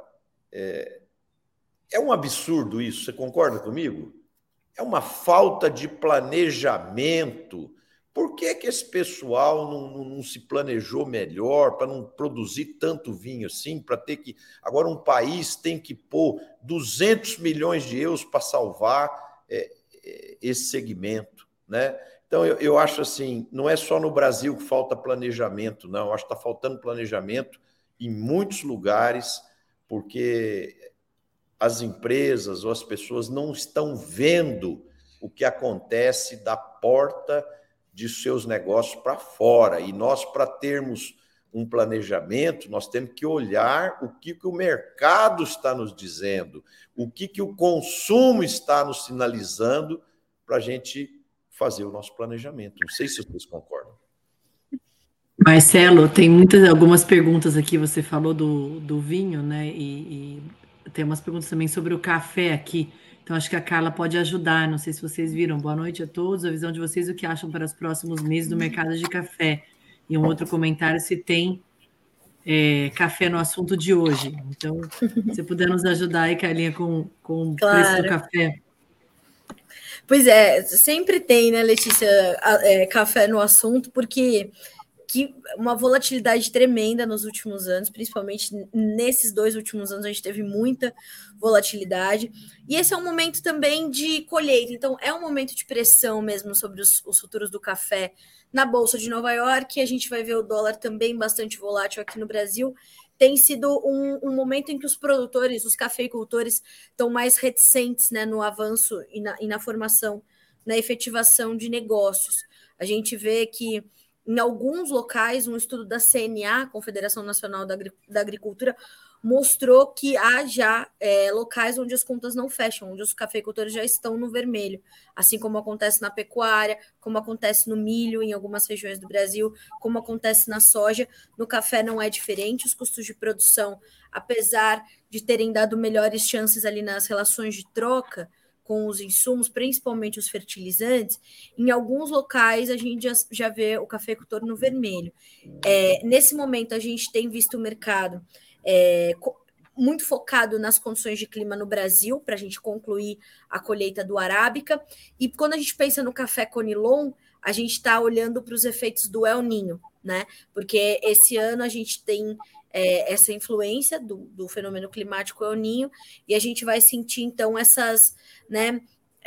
é um absurdo isso, você concorda comigo? É uma falta de planejamento. Por que esse pessoal não se planejou melhor para não produzir tanto vinho assim, para ter que... Agora um país tem que pôr 200 milhões de euros para salvar esse segmento, né? Então, eu acho assim, não é só no Brasil que falta planejamento, não. Eu acho que está faltando planejamento em muitos lugares, porque as empresas ou as pessoas não estão vendo o que acontece da porta de seus negócios para fora. E nós, para termos um planejamento, nós temos que olhar o que o mercado está nos dizendo, o que o consumo está nos sinalizando para a gente fazer o nosso planejamento. Não sei se vocês concordam.
Marcelo, tem algumas perguntas aqui, você falou do vinho, né? E tem umas perguntas também sobre o café aqui. Então, acho que a Carla pode ajudar. Não sei se vocês viram. Boa noite a todos. A visão de vocês, o que acham para os próximos meses do mercado de café? E um outro comentário, se tem café no assunto de hoje. Então, se puder nos ajudar aí, Carlinha, com o preço do café.
Pois é, sempre tem, né, Letícia, café no assunto, porque uma volatilidade tremenda nos últimos anos, principalmente nesses 2 últimos anos, a gente teve muita volatilidade, e esse é um momento também de colheita, então é um momento de pressão mesmo sobre os futuros do café na Bolsa de Nova York, a gente vai ver o dólar também bastante volátil aqui no Brasil. Tem sido um momento em que os produtores, os cafeicultores, estão mais reticentes, né, no avanço e na formação, na efetivação de negócios. A gente vê que em alguns locais, um estudo da CNA, Confederação Nacional da Agricultura, mostrou que há já locais onde as contas não fecham, onde os cafeicultores já estão no vermelho, assim como acontece na pecuária, como acontece no milho em algumas regiões do Brasil, como acontece na soja. No café não é diferente, os custos de produção, apesar de terem dado melhores chances ali nas relações de troca com os insumos, principalmente os fertilizantes, em alguns locais a gente já vê o cafeicultor no vermelho. Nesse momento, a gente tem visto o mercado muito focado nas condições de clima no Brasil, para a gente concluir a colheita do Arábica, e quando a gente pensa no café Conilon, a gente está olhando para os efeitos do El Niño, né? Porque esse ano a gente tem essa influência do fenômeno climático El Niño, e a gente vai sentir, então, essas, né,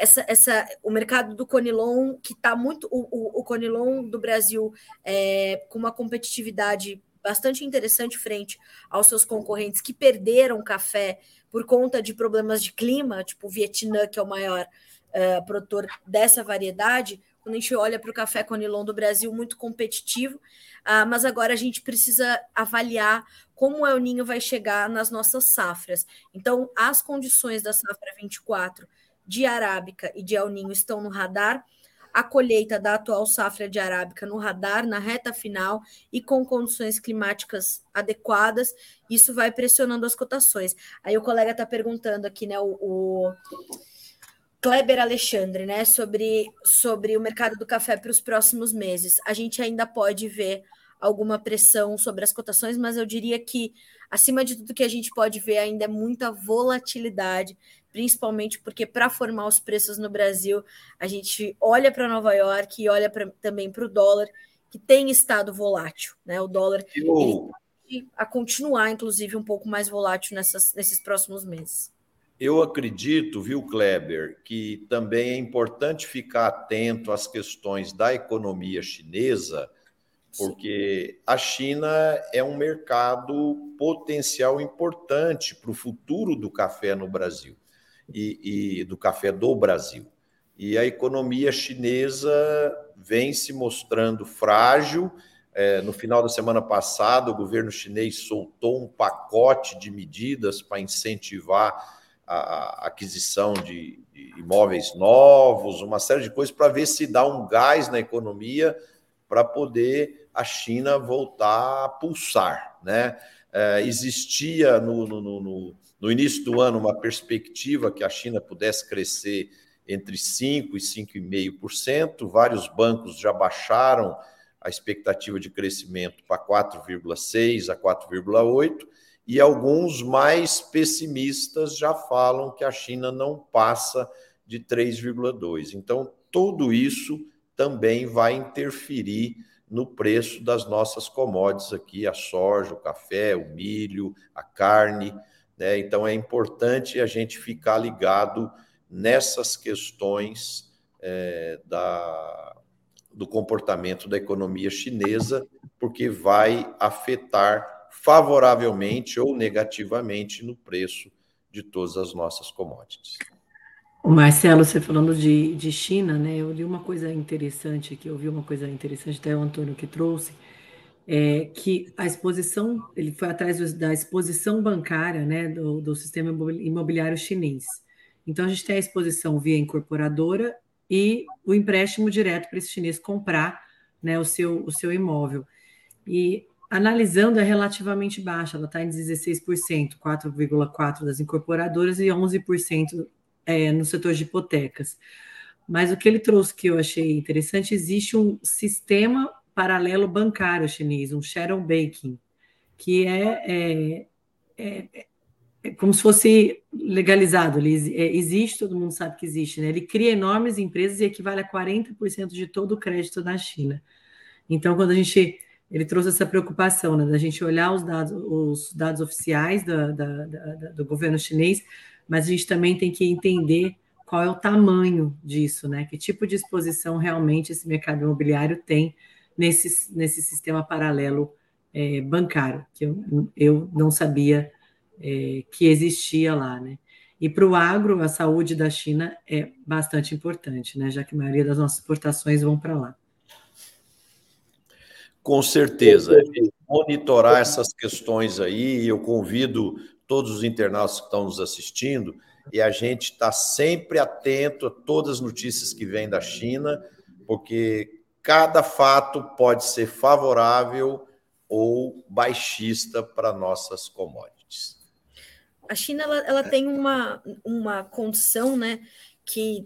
o mercado do Conilon, que está muito... O Conilon do Brasil com uma competitividade bastante interessante frente aos seus concorrentes que perderam café por conta de problemas de clima, tipo o Vietnã, que é o maior produtor dessa variedade. Quando a gente olha para o café Conilon do Brasil, muito competitivo, mas agora a gente precisa avaliar como o El Niño vai chegar nas nossas safras. Então, as condições da safra 24 de Arábica e de El Niño estão no radar, a colheita da atual safra de Arábica no radar, na reta final e com condições climáticas adequadas, isso vai pressionando as cotações. Aí o colega está perguntando aqui, né, o Kleber Alexandre, né, sobre o mercado do café para os próximos meses. A gente ainda pode ver alguma pressão sobre as cotações, mas eu diria que, acima de tudo que a gente pode ver, ainda é muita volatilidade, principalmente porque para formar os preços no Brasil, a gente olha para Nova York e olha também para o dólar, que tem estado volátil, né? O dólar ele pode continuar, inclusive, um pouco mais volátil nesses próximos meses.
Eu acredito, viu, Kleber, que também é importante ficar atento às questões da economia chinesa, porque a China é um mercado potencial importante para o futuro do café no Brasil e do café do Brasil. E a economia chinesa vem se mostrando frágil. No final da semana passada, o governo chinês soltou um pacote de medidas para incentivar a aquisição de imóveis novos, uma série de coisas para ver se dá um gás na economia para poder a China voltar a pulsar, né? Existia no início do ano uma perspectiva que a China pudesse crescer entre 5% e 5,5%. Vários bancos já baixaram a expectativa de crescimento para 4,6% a 4,8%, e alguns mais pessimistas já falam que a China não passa de 3,2%. Então, tudo isso também vai interferir no preço das nossas commodities aqui, a soja, o café, o milho, a carne, né? Então é importante a gente ficar ligado nessas questões do comportamento da economia chinesa, porque vai afetar favoravelmente ou negativamente no preço de todas as nossas commodities.
O Marcelo, você falando de China, né? Eu li uma coisa interessante aqui, eu vi uma coisa interessante, até o Antônio que trouxe, que a exposição, ele foi atrás da exposição bancária, né, do sistema imobiliário chinês. Então, a gente tem a exposição via incorporadora e o empréstimo direto para esse chinês comprar, né, o seu imóvel. E analisando, é relativamente baixa, ela está em 16%, 4,4% das incorporadoras e 11% no setor de hipotecas. Mas o que ele trouxe que eu achei interessante, existe um sistema paralelo bancário chinês, um shadow banking, que é como se fosse legalizado. Ele existe, todo mundo sabe que existe, né? Ele cria enormes empresas e equivale a 40% de todo o crédito na China. Então, ele trouxe essa preocupação, né, da gente olhar os dados oficiais do governo chinês, mas a gente também tem que entender qual é o tamanho disso, né? Que tipo de exposição realmente esse mercado imobiliário tem nesse sistema paralelo bancário, que eu não sabia que existia lá, né? E para o agro, a saúde da China é bastante importante, né? Já que a maioria das nossas exportações vão para lá.
Com certeza, monitorar essas questões aí, eu convido todos os internautas que estão nos assistindo, e a gente está sempre atento a todas as notícias que vêm da China, porque cada fato pode ser favorável ou baixista para nossas commodities.
A China ela tem uma condição, né, que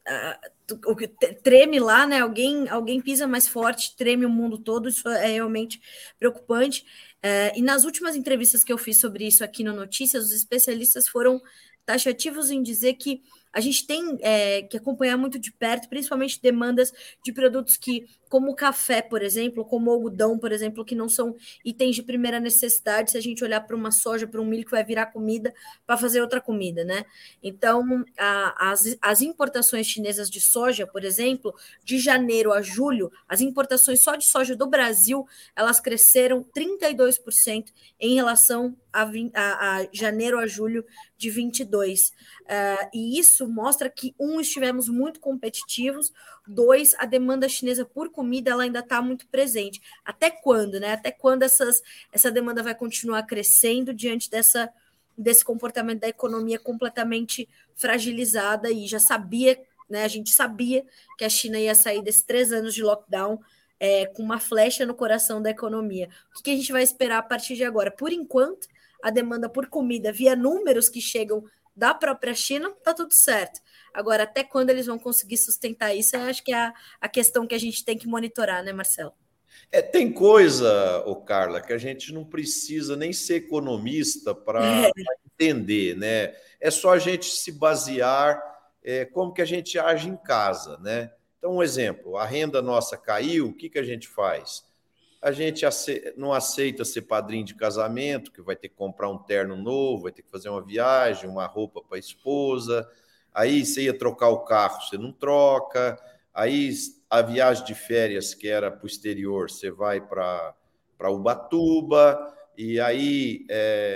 o que treme lá, né? Alguém pisa mais forte, treme o mundo todo. Isso é realmente preocupante. E nas últimas entrevistas que eu fiz sobre isso aqui no Notícias, os especialistas foram taxativos em dizer que a gente tem que acompanhar muito de perto, principalmente demandas de produtos como o café, por exemplo, como o algodão, por exemplo, que não são itens de primeira necessidade, se a gente olhar para uma soja, para um milho que vai virar comida para fazer outra comida, né? Então, as importações chinesas de soja, por exemplo, de janeiro a julho, as importações só de soja do Brasil, elas cresceram 32% em relação a janeiro a julho de 22. E isso mostra que, estivemos muito competitivos, 2, a demanda chinesa por comida ela ainda está muito presente. Até quando, né? Até quando essa demanda vai continuar crescendo diante desse comportamento da economia completamente fragilizada? E já sabia, né? A gente sabia que a China ia sair desses 3 anos de lockdown com uma flecha no coração da economia. O que a gente vai esperar a partir de agora? Por enquanto, a demanda por comida, via números que chegam da própria China, está tudo certo. Agora, até quando eles vão conseguir sustentar isso, eu acho que é a questão que a gente tem que monitorar, né, Marcelo?
Tem coisa, Carla, que a gente não precisa nem ser economista para entender, né? É só a gente se basear como que a gente age em casa, né? Então, um exemplo, a renda nossa caiu, o que a gente faz? A gente não aceita ser padrinho de casamento, que vai ter que comprar um terno novo, vai ter que fazer uma viagem, uma roupa para a esposa. Aí você ia trocar o carro, você não troca. Aí a viagem de férias, que era para o exterior, você vai para Ubatuba. E aí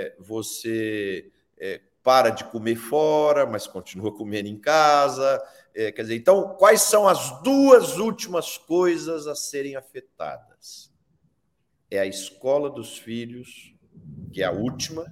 você para de comer fora, mas continua comendo em casa. Quer dizer, então, quais são as 2 últimas coisas a serem afetadas? É a escola dos filhos, que é a última,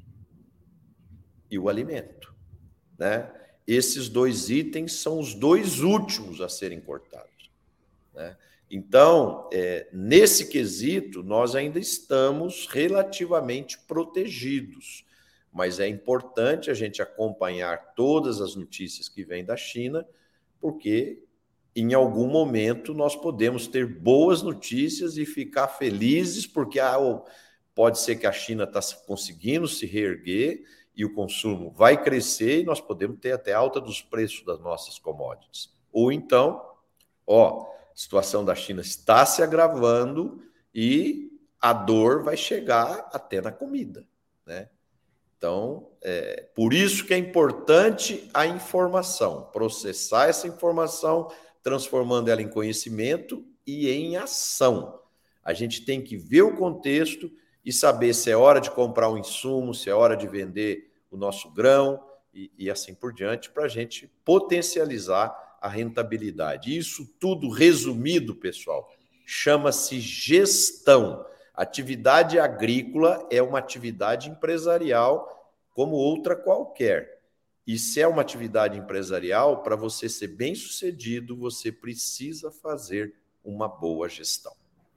e o alimento, né? Esses 2 itens são os 2 últimos a serem cortados, né? Então, nesse quesito, nós ainda estamos relativamente protegidos, mas é importante a gente acompanhar todas as notícias que vêm da China, porque em algum momento nós podemos ter boas notícias e ficar felizes, porque pode ser que a China está conseguindo se reerguer e o consumo vai crescer e nós podemos ter até alta dos preços das nossas commodities. Ou então, a situação da China está se agravando e a dor vai chegar até na comida, né? Então, por isso que é importante a informação, processar essa informação, transformando ela em conhecimento e em ação. A gente tem que ver o contexto e saber se é hora de comprar um insumo, se é hora de vender o nosso grão, e assim por diante, para a gente potencializar a rentabilidade. Isso tudo resumido, pessoal, chama-se gestão. Atividade agrícola é uma atividade empresarial como outra qualquer. E se é uma atividade empresarial, para você ser bem-sucedido, você precisa fazer uma boa gestão.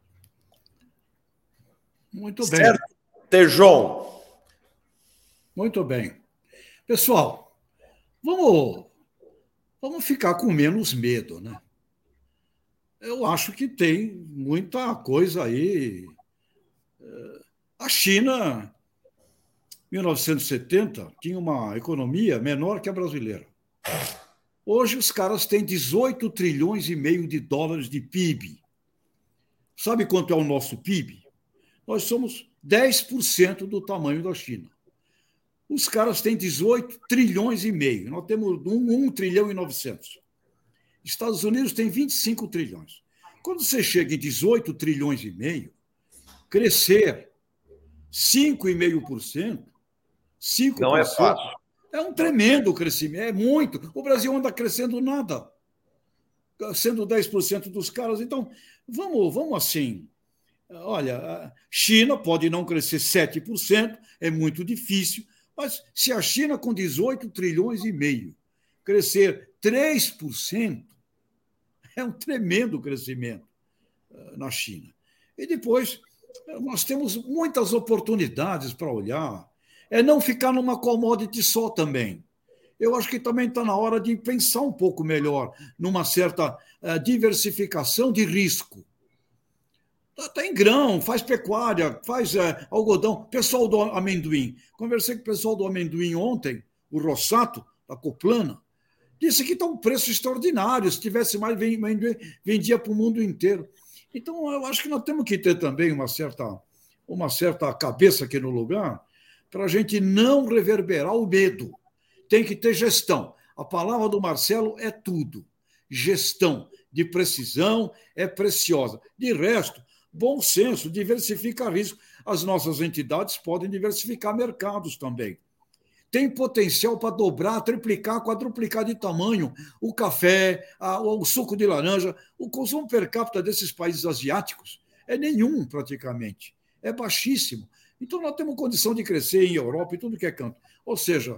Muito bem.
Certo, Tejon?
Muito bem. Pessoal, vamos ficar com menos medo, né? Eu acho que tem muita coisa aí. A China, em 1970, tinha uma economia menor que a brasileira. Hoje os caras têm 18 trilhões e meio de dólares de PIB. Sabe quanto é o nosso PIB? Nós somos 10% do tamanho da China. Os caras têm 18 trilhões e meio. Nós temos 1 trilhão e 900. Estados Unidos tem 25 trilhões. Quando você chega em 18 trilhões e meio, crescer 5,5%, 5%
não é fácil.
É um tremendo crescimento, é muito. O Brasil anda crescendo nada, sendo 10% dos caras. Então, vamos assim. Olha, a China pode não crescer 7%, é muito difícil, mas se a China com 18 trilhões e meio crescer 3%, é um tremendo crescimento na China. E depois, nós temos muitas oportunidades para olhar. É não ficar numa commodity só também. Eu acho que também está na hora de pensar um pouco melhor numa certa diversificação de risco. Tem grão, faz pecuária, faz algodão. Pessoal do amendoim. Conversei com o pessoal do amendoim ontem, o Rossato, da Coplana, disse que está um preço extraordinário. Se tivesse mais, vendia para o mundo inteiro. Então, eu acho que nós temos que ter também uma certa cabeça aqui no lugar para a gente não reverberar o medo. Tem que ter gestão. A palavra do Marcelo é tudo. Gestão de precisão é preciosa. De resto, bom senso, diversifica risco. As nossas entidades podem diversificar mercados também. Tem potencial para dobrar, triplicar, quadruplicar de tamanho o café, o suco de laranja. O consumo per capita desses países asiáticos é nenhum, praticamente. É baixíssimo. Então, nós temos condição de crescer em Europa e tudo que é canto. Ou seja,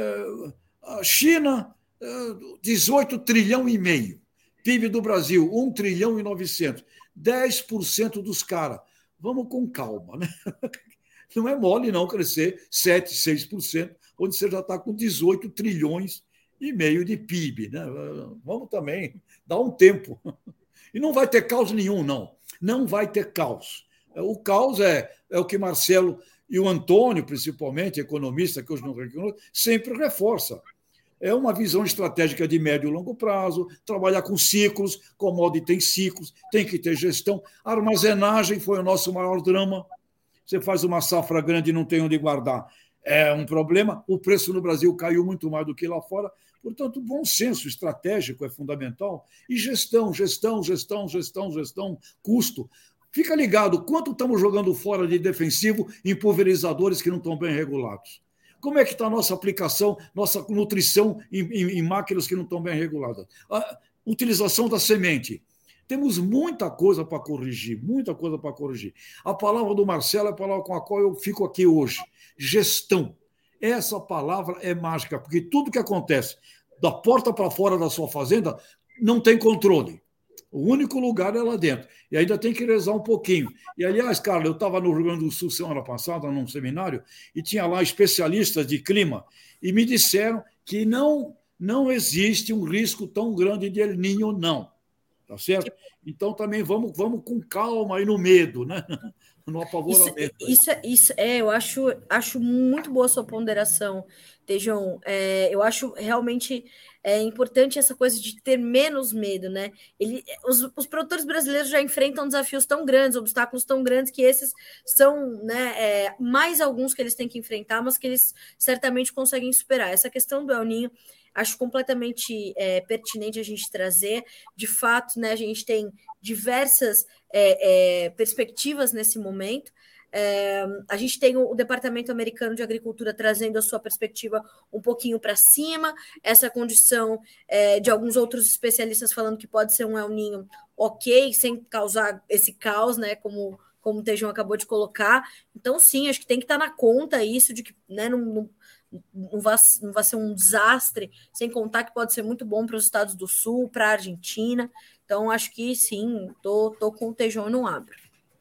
a China, 18 trilhão e meio. PIB do Brasil, 1 trilhão e 900. 10% dos caras. Vamos com calma, né? Não é mole não crescer 7, 6%, onde você já está com 18 trilhões e meio de PIB, né? Vamos também dar um tempo. E não vai ter caos nenhum, não. Não vai ter caos. O caos é o que Marcelo e o Antônio, principalmente, economista, que hoje não reconhece, sempre reforça. É uma visão estratégica de médio e longo prazo, trabalhar com ciclos, commodity tem ciclos, tem que ter gestão. A armazenagem foi o nosso maior drama. Você faz uma safra grande e não tem onde guardar. É um problema. O preço no Brasil caiu muito mais do que lá fora. Portanto, bom senso estratégico é fundamental. E gestão, custo. Fica ligado, quanto estamos jogando fora de defensivo em pulverizadores que não estão bem regulados? Como é que está a nossa aplicação, nossa nutrição em máquinas que não estão bem reguladas? A utilização da semente. Temos muita coisa para corrigir, muita coisa para corrigir. A palavra do Marcelo é a palavra com a qual eu fico aqui hoje. Gestão. Essa palavra é mágica, porque tudo que acontece da porta para fora da sua fazenda não tem controle. O único lugar é lá dentro. E ainda tem que rezar um pouquinho. E, aliás, Carlos, eu estava no Rio Grande do Sul semana passada, num seminário, e tinha lá especialistas de clima, e me disseram que não existe um risco tão grande de El Niño, não. Tá certo? Então, também vamos com calma e no medo, né? No apavoramento.
Eu acho muito boa a sua ponderação, Tejon. Eu acho realmente importante essa coisa de ter menos medo, né? Os produtores brasileiros já enfrentam desafios tão grandes, obstáculos tão grandes, que esses são, né, mais alguns que eles têm que enfrentar, mas que eles certamente conseguem superar. Essa questão do El Niño, acho completamente pertinente a gente trazer. De fato, né, a gente tem diversas perspectivas nesse momento. A gente tem o Departamento Americano de Agricultura trazendo a sua perspectiva um pouquinho para cima, essa condição de alguns outros especialistas falando que pode ser um El Niño ok, sem causar esse caos, né, como o Tejão acabou de colocar. Então, sim, acho que tem que estar na conta isso de que, né, não vai ser um desastre, sem contar que pode ser muito bom para os estados do Sul, para a Argentina. Então, acho que sim, tô com o Tejão e não abro.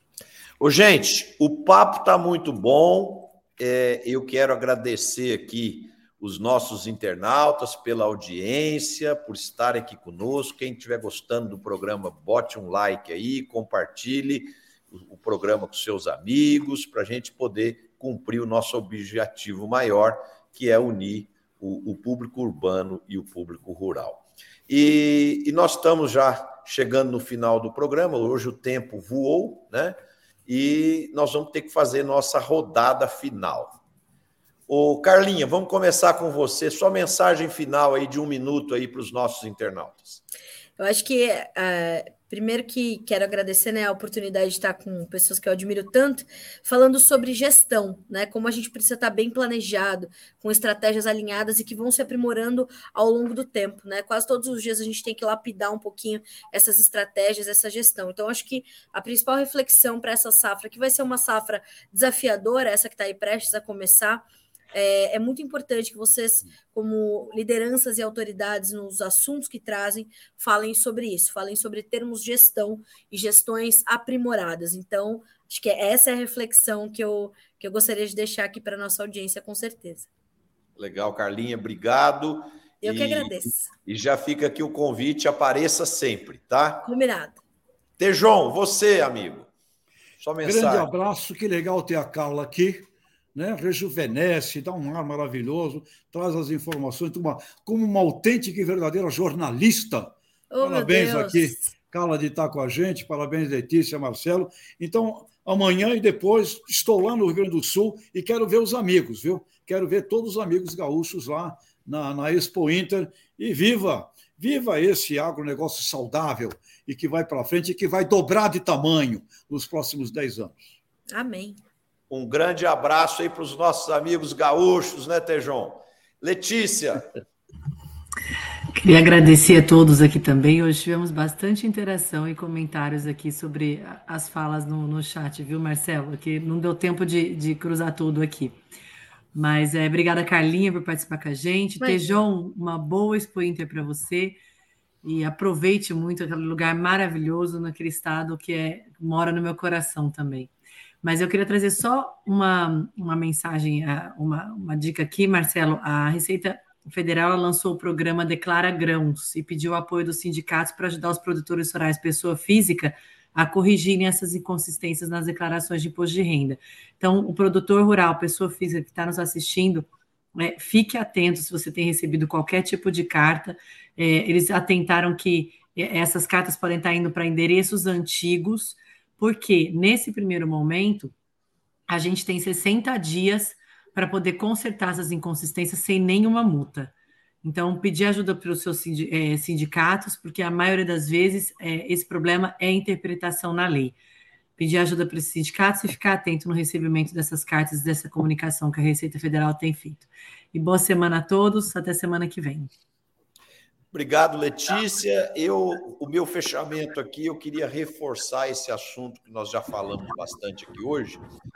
Gente, o papo está muito bom. Eu quero agradecer aqui os nossos internautas pela audiência, por estarem aqui conosco. Quem estiver gostando do programa, bote um like aí, compartilhe o programa com seus amigos, para a gente poder cumprir o nosso objetivo maior, que é unir o público urbano e o público rural. E nós estamos já chegando no final do programa. Hoje o tempo voou, né? E nós vamos ter que fazer nossa rodada final. Carlinha, vamos começar com você. Sua mensagem final aí de 1 minuto aí para os nossos internautas.
Eu acho que, primeiro que quero agradecer, né, a oportunidade de estar com pessoas que eu admiro tanto, falando sobre gestão, né, como a gente precisa estar bem planejado, com estratégias alinhadas e que vão se aprimorando ao longo do tempo, né, quase todos os dias a gente tem que lapidar um pouquinho essas estratégias, essa gestão. Então, acho que a principal reflexão para essa safra, que vai ser uma safra desafiadora, essa que está aí prestes a começar, é muito importante que vocês, como lideranças e autoridades nos assuntos que trazem, falem sobre isso, falem sobre termos de gestão e gestões aprimoradas. Então, acho que essa é a reflexão que eu gostaria de deixar aqui para a nossa audiência, com certeza.
Legal, Carlinha, obrigado.
Eu que agradeço.
E já fica aqui o convite, apareça sempre, tá?
Combinado.
Tejon, você, amigo, sua mensagem.
Grande abraço, que legal ter a Carla aqui. Né? Rejuvenesce, dá um ar maravilhoso, traz as informações como uma autêntica e verdadeira jornalista. Parabéns aqui, Carla, de estar com a gente, parabéns, Letícia, Marcelo. Então, amanhã e depois estou lá no Rio Grande do Sul e quero ver os amigos, viu? Quero ver todos os amigos gaúchos lá na Expo Inter e viva esse agronegócio saudável e que vai para frente e que vai dobrar de tamanho nos próximos 10 anos.
Amém.
Um grande abraço aí para os nossos amigos gaúchos, né, Tejon? Letícia.
Queria agradecer a todos aqui também. Hoje tivemos bastante interação e comentários aqui sobre as falas no chat, viu, Marcelo? Que não deu tempo de cruzar tudo aqui. Mas obrigada, Carlinha, por participar com a gente. Tejon, uma boa Expo Inter para você. E aproveite muito aquele lugar maravilhoso naquele estado que mora no meu coração também. Mas eu queria trazer só uma mensagem, uma dica aqui, Marcelo. A Receita Federal lançou o programa Declara Grãos e pediu o apoio dos sindicatos para ajudar os produtores rurais, pessoa física, a corrigirem essas inconsistências nas declarações de imposto de renda. Então, o produtor rural, pessoa física que está nos assistindo, fique atento se você tem recebido qualquer tipo de carta. Eles atentaram que essas cartas podem estar indo para endereços antigos, porque nesse primeiro momento a gente tem 60 dias para poder consertar essas inconsistências sem nenhuma multa. Então, pedir ajuda para os seus sindicatos, porque a maioria das vezes esse problema é interpretação na lei. Pedir ajuda para esses sindicatos e ficar atento no recebimento dessas cartas, dessa comunicação que a Receita Federal tem feito. E boa semana a todos, até semana que vem.
Obrigado, Letícia. O meu fechamento aqui, eu queria reforçar esse assunto que nós já falamos bastante aqui hoje.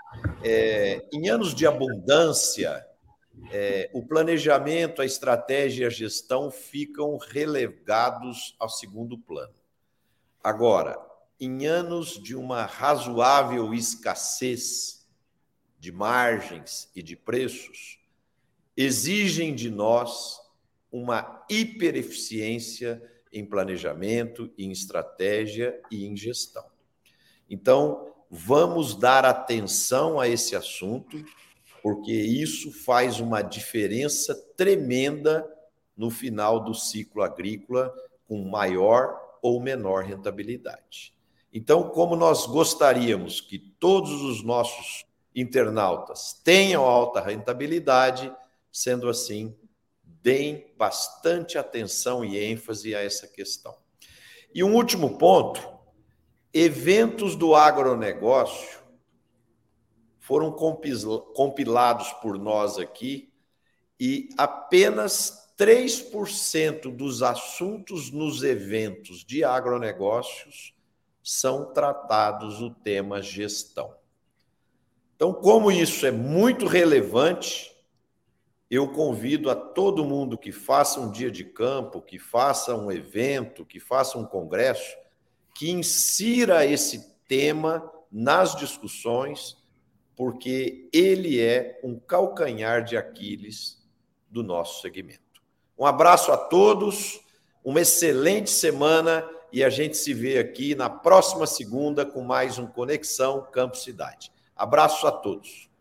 Em anos de abundância, o planejamento, a estratégia e a gestão ficam relegados ao segundo plano. Agora, em anos de uma razoável escassez de margens e de preços, exigem de nós uma hipereficiência em planejamento, em estratégia e em gestão. Então, vamos dar atenção a esse assunto, porque isso faz uma diferença tremenda no final do ciclo agrícola, com maior ou menor rentabilidade. Então, como nós gostaríamos que todos os nossos internautas tenham alta rentabilidade, sendo assim, deem bastante atenção e ênfase a essa questão. E um último ponto, eventos do agronegócio foram compilados por nós aqui e apenas 3% dos assuntos nos eventos de agronegócios são tratados o tema gestão. Então, como isso é muito relevante, eu convido a todo mundo que faça um dia de campo, que faça um evento, que faça um congresso, que insira esse tema nas discussões, porque ele é um calcanhar de Aquiles do nosso segmento. Um abraço a todos, uma excelente semana e a gente se vê aqui na próxima segunda com mais um Conexão Campo Cidade. Abraço a todos.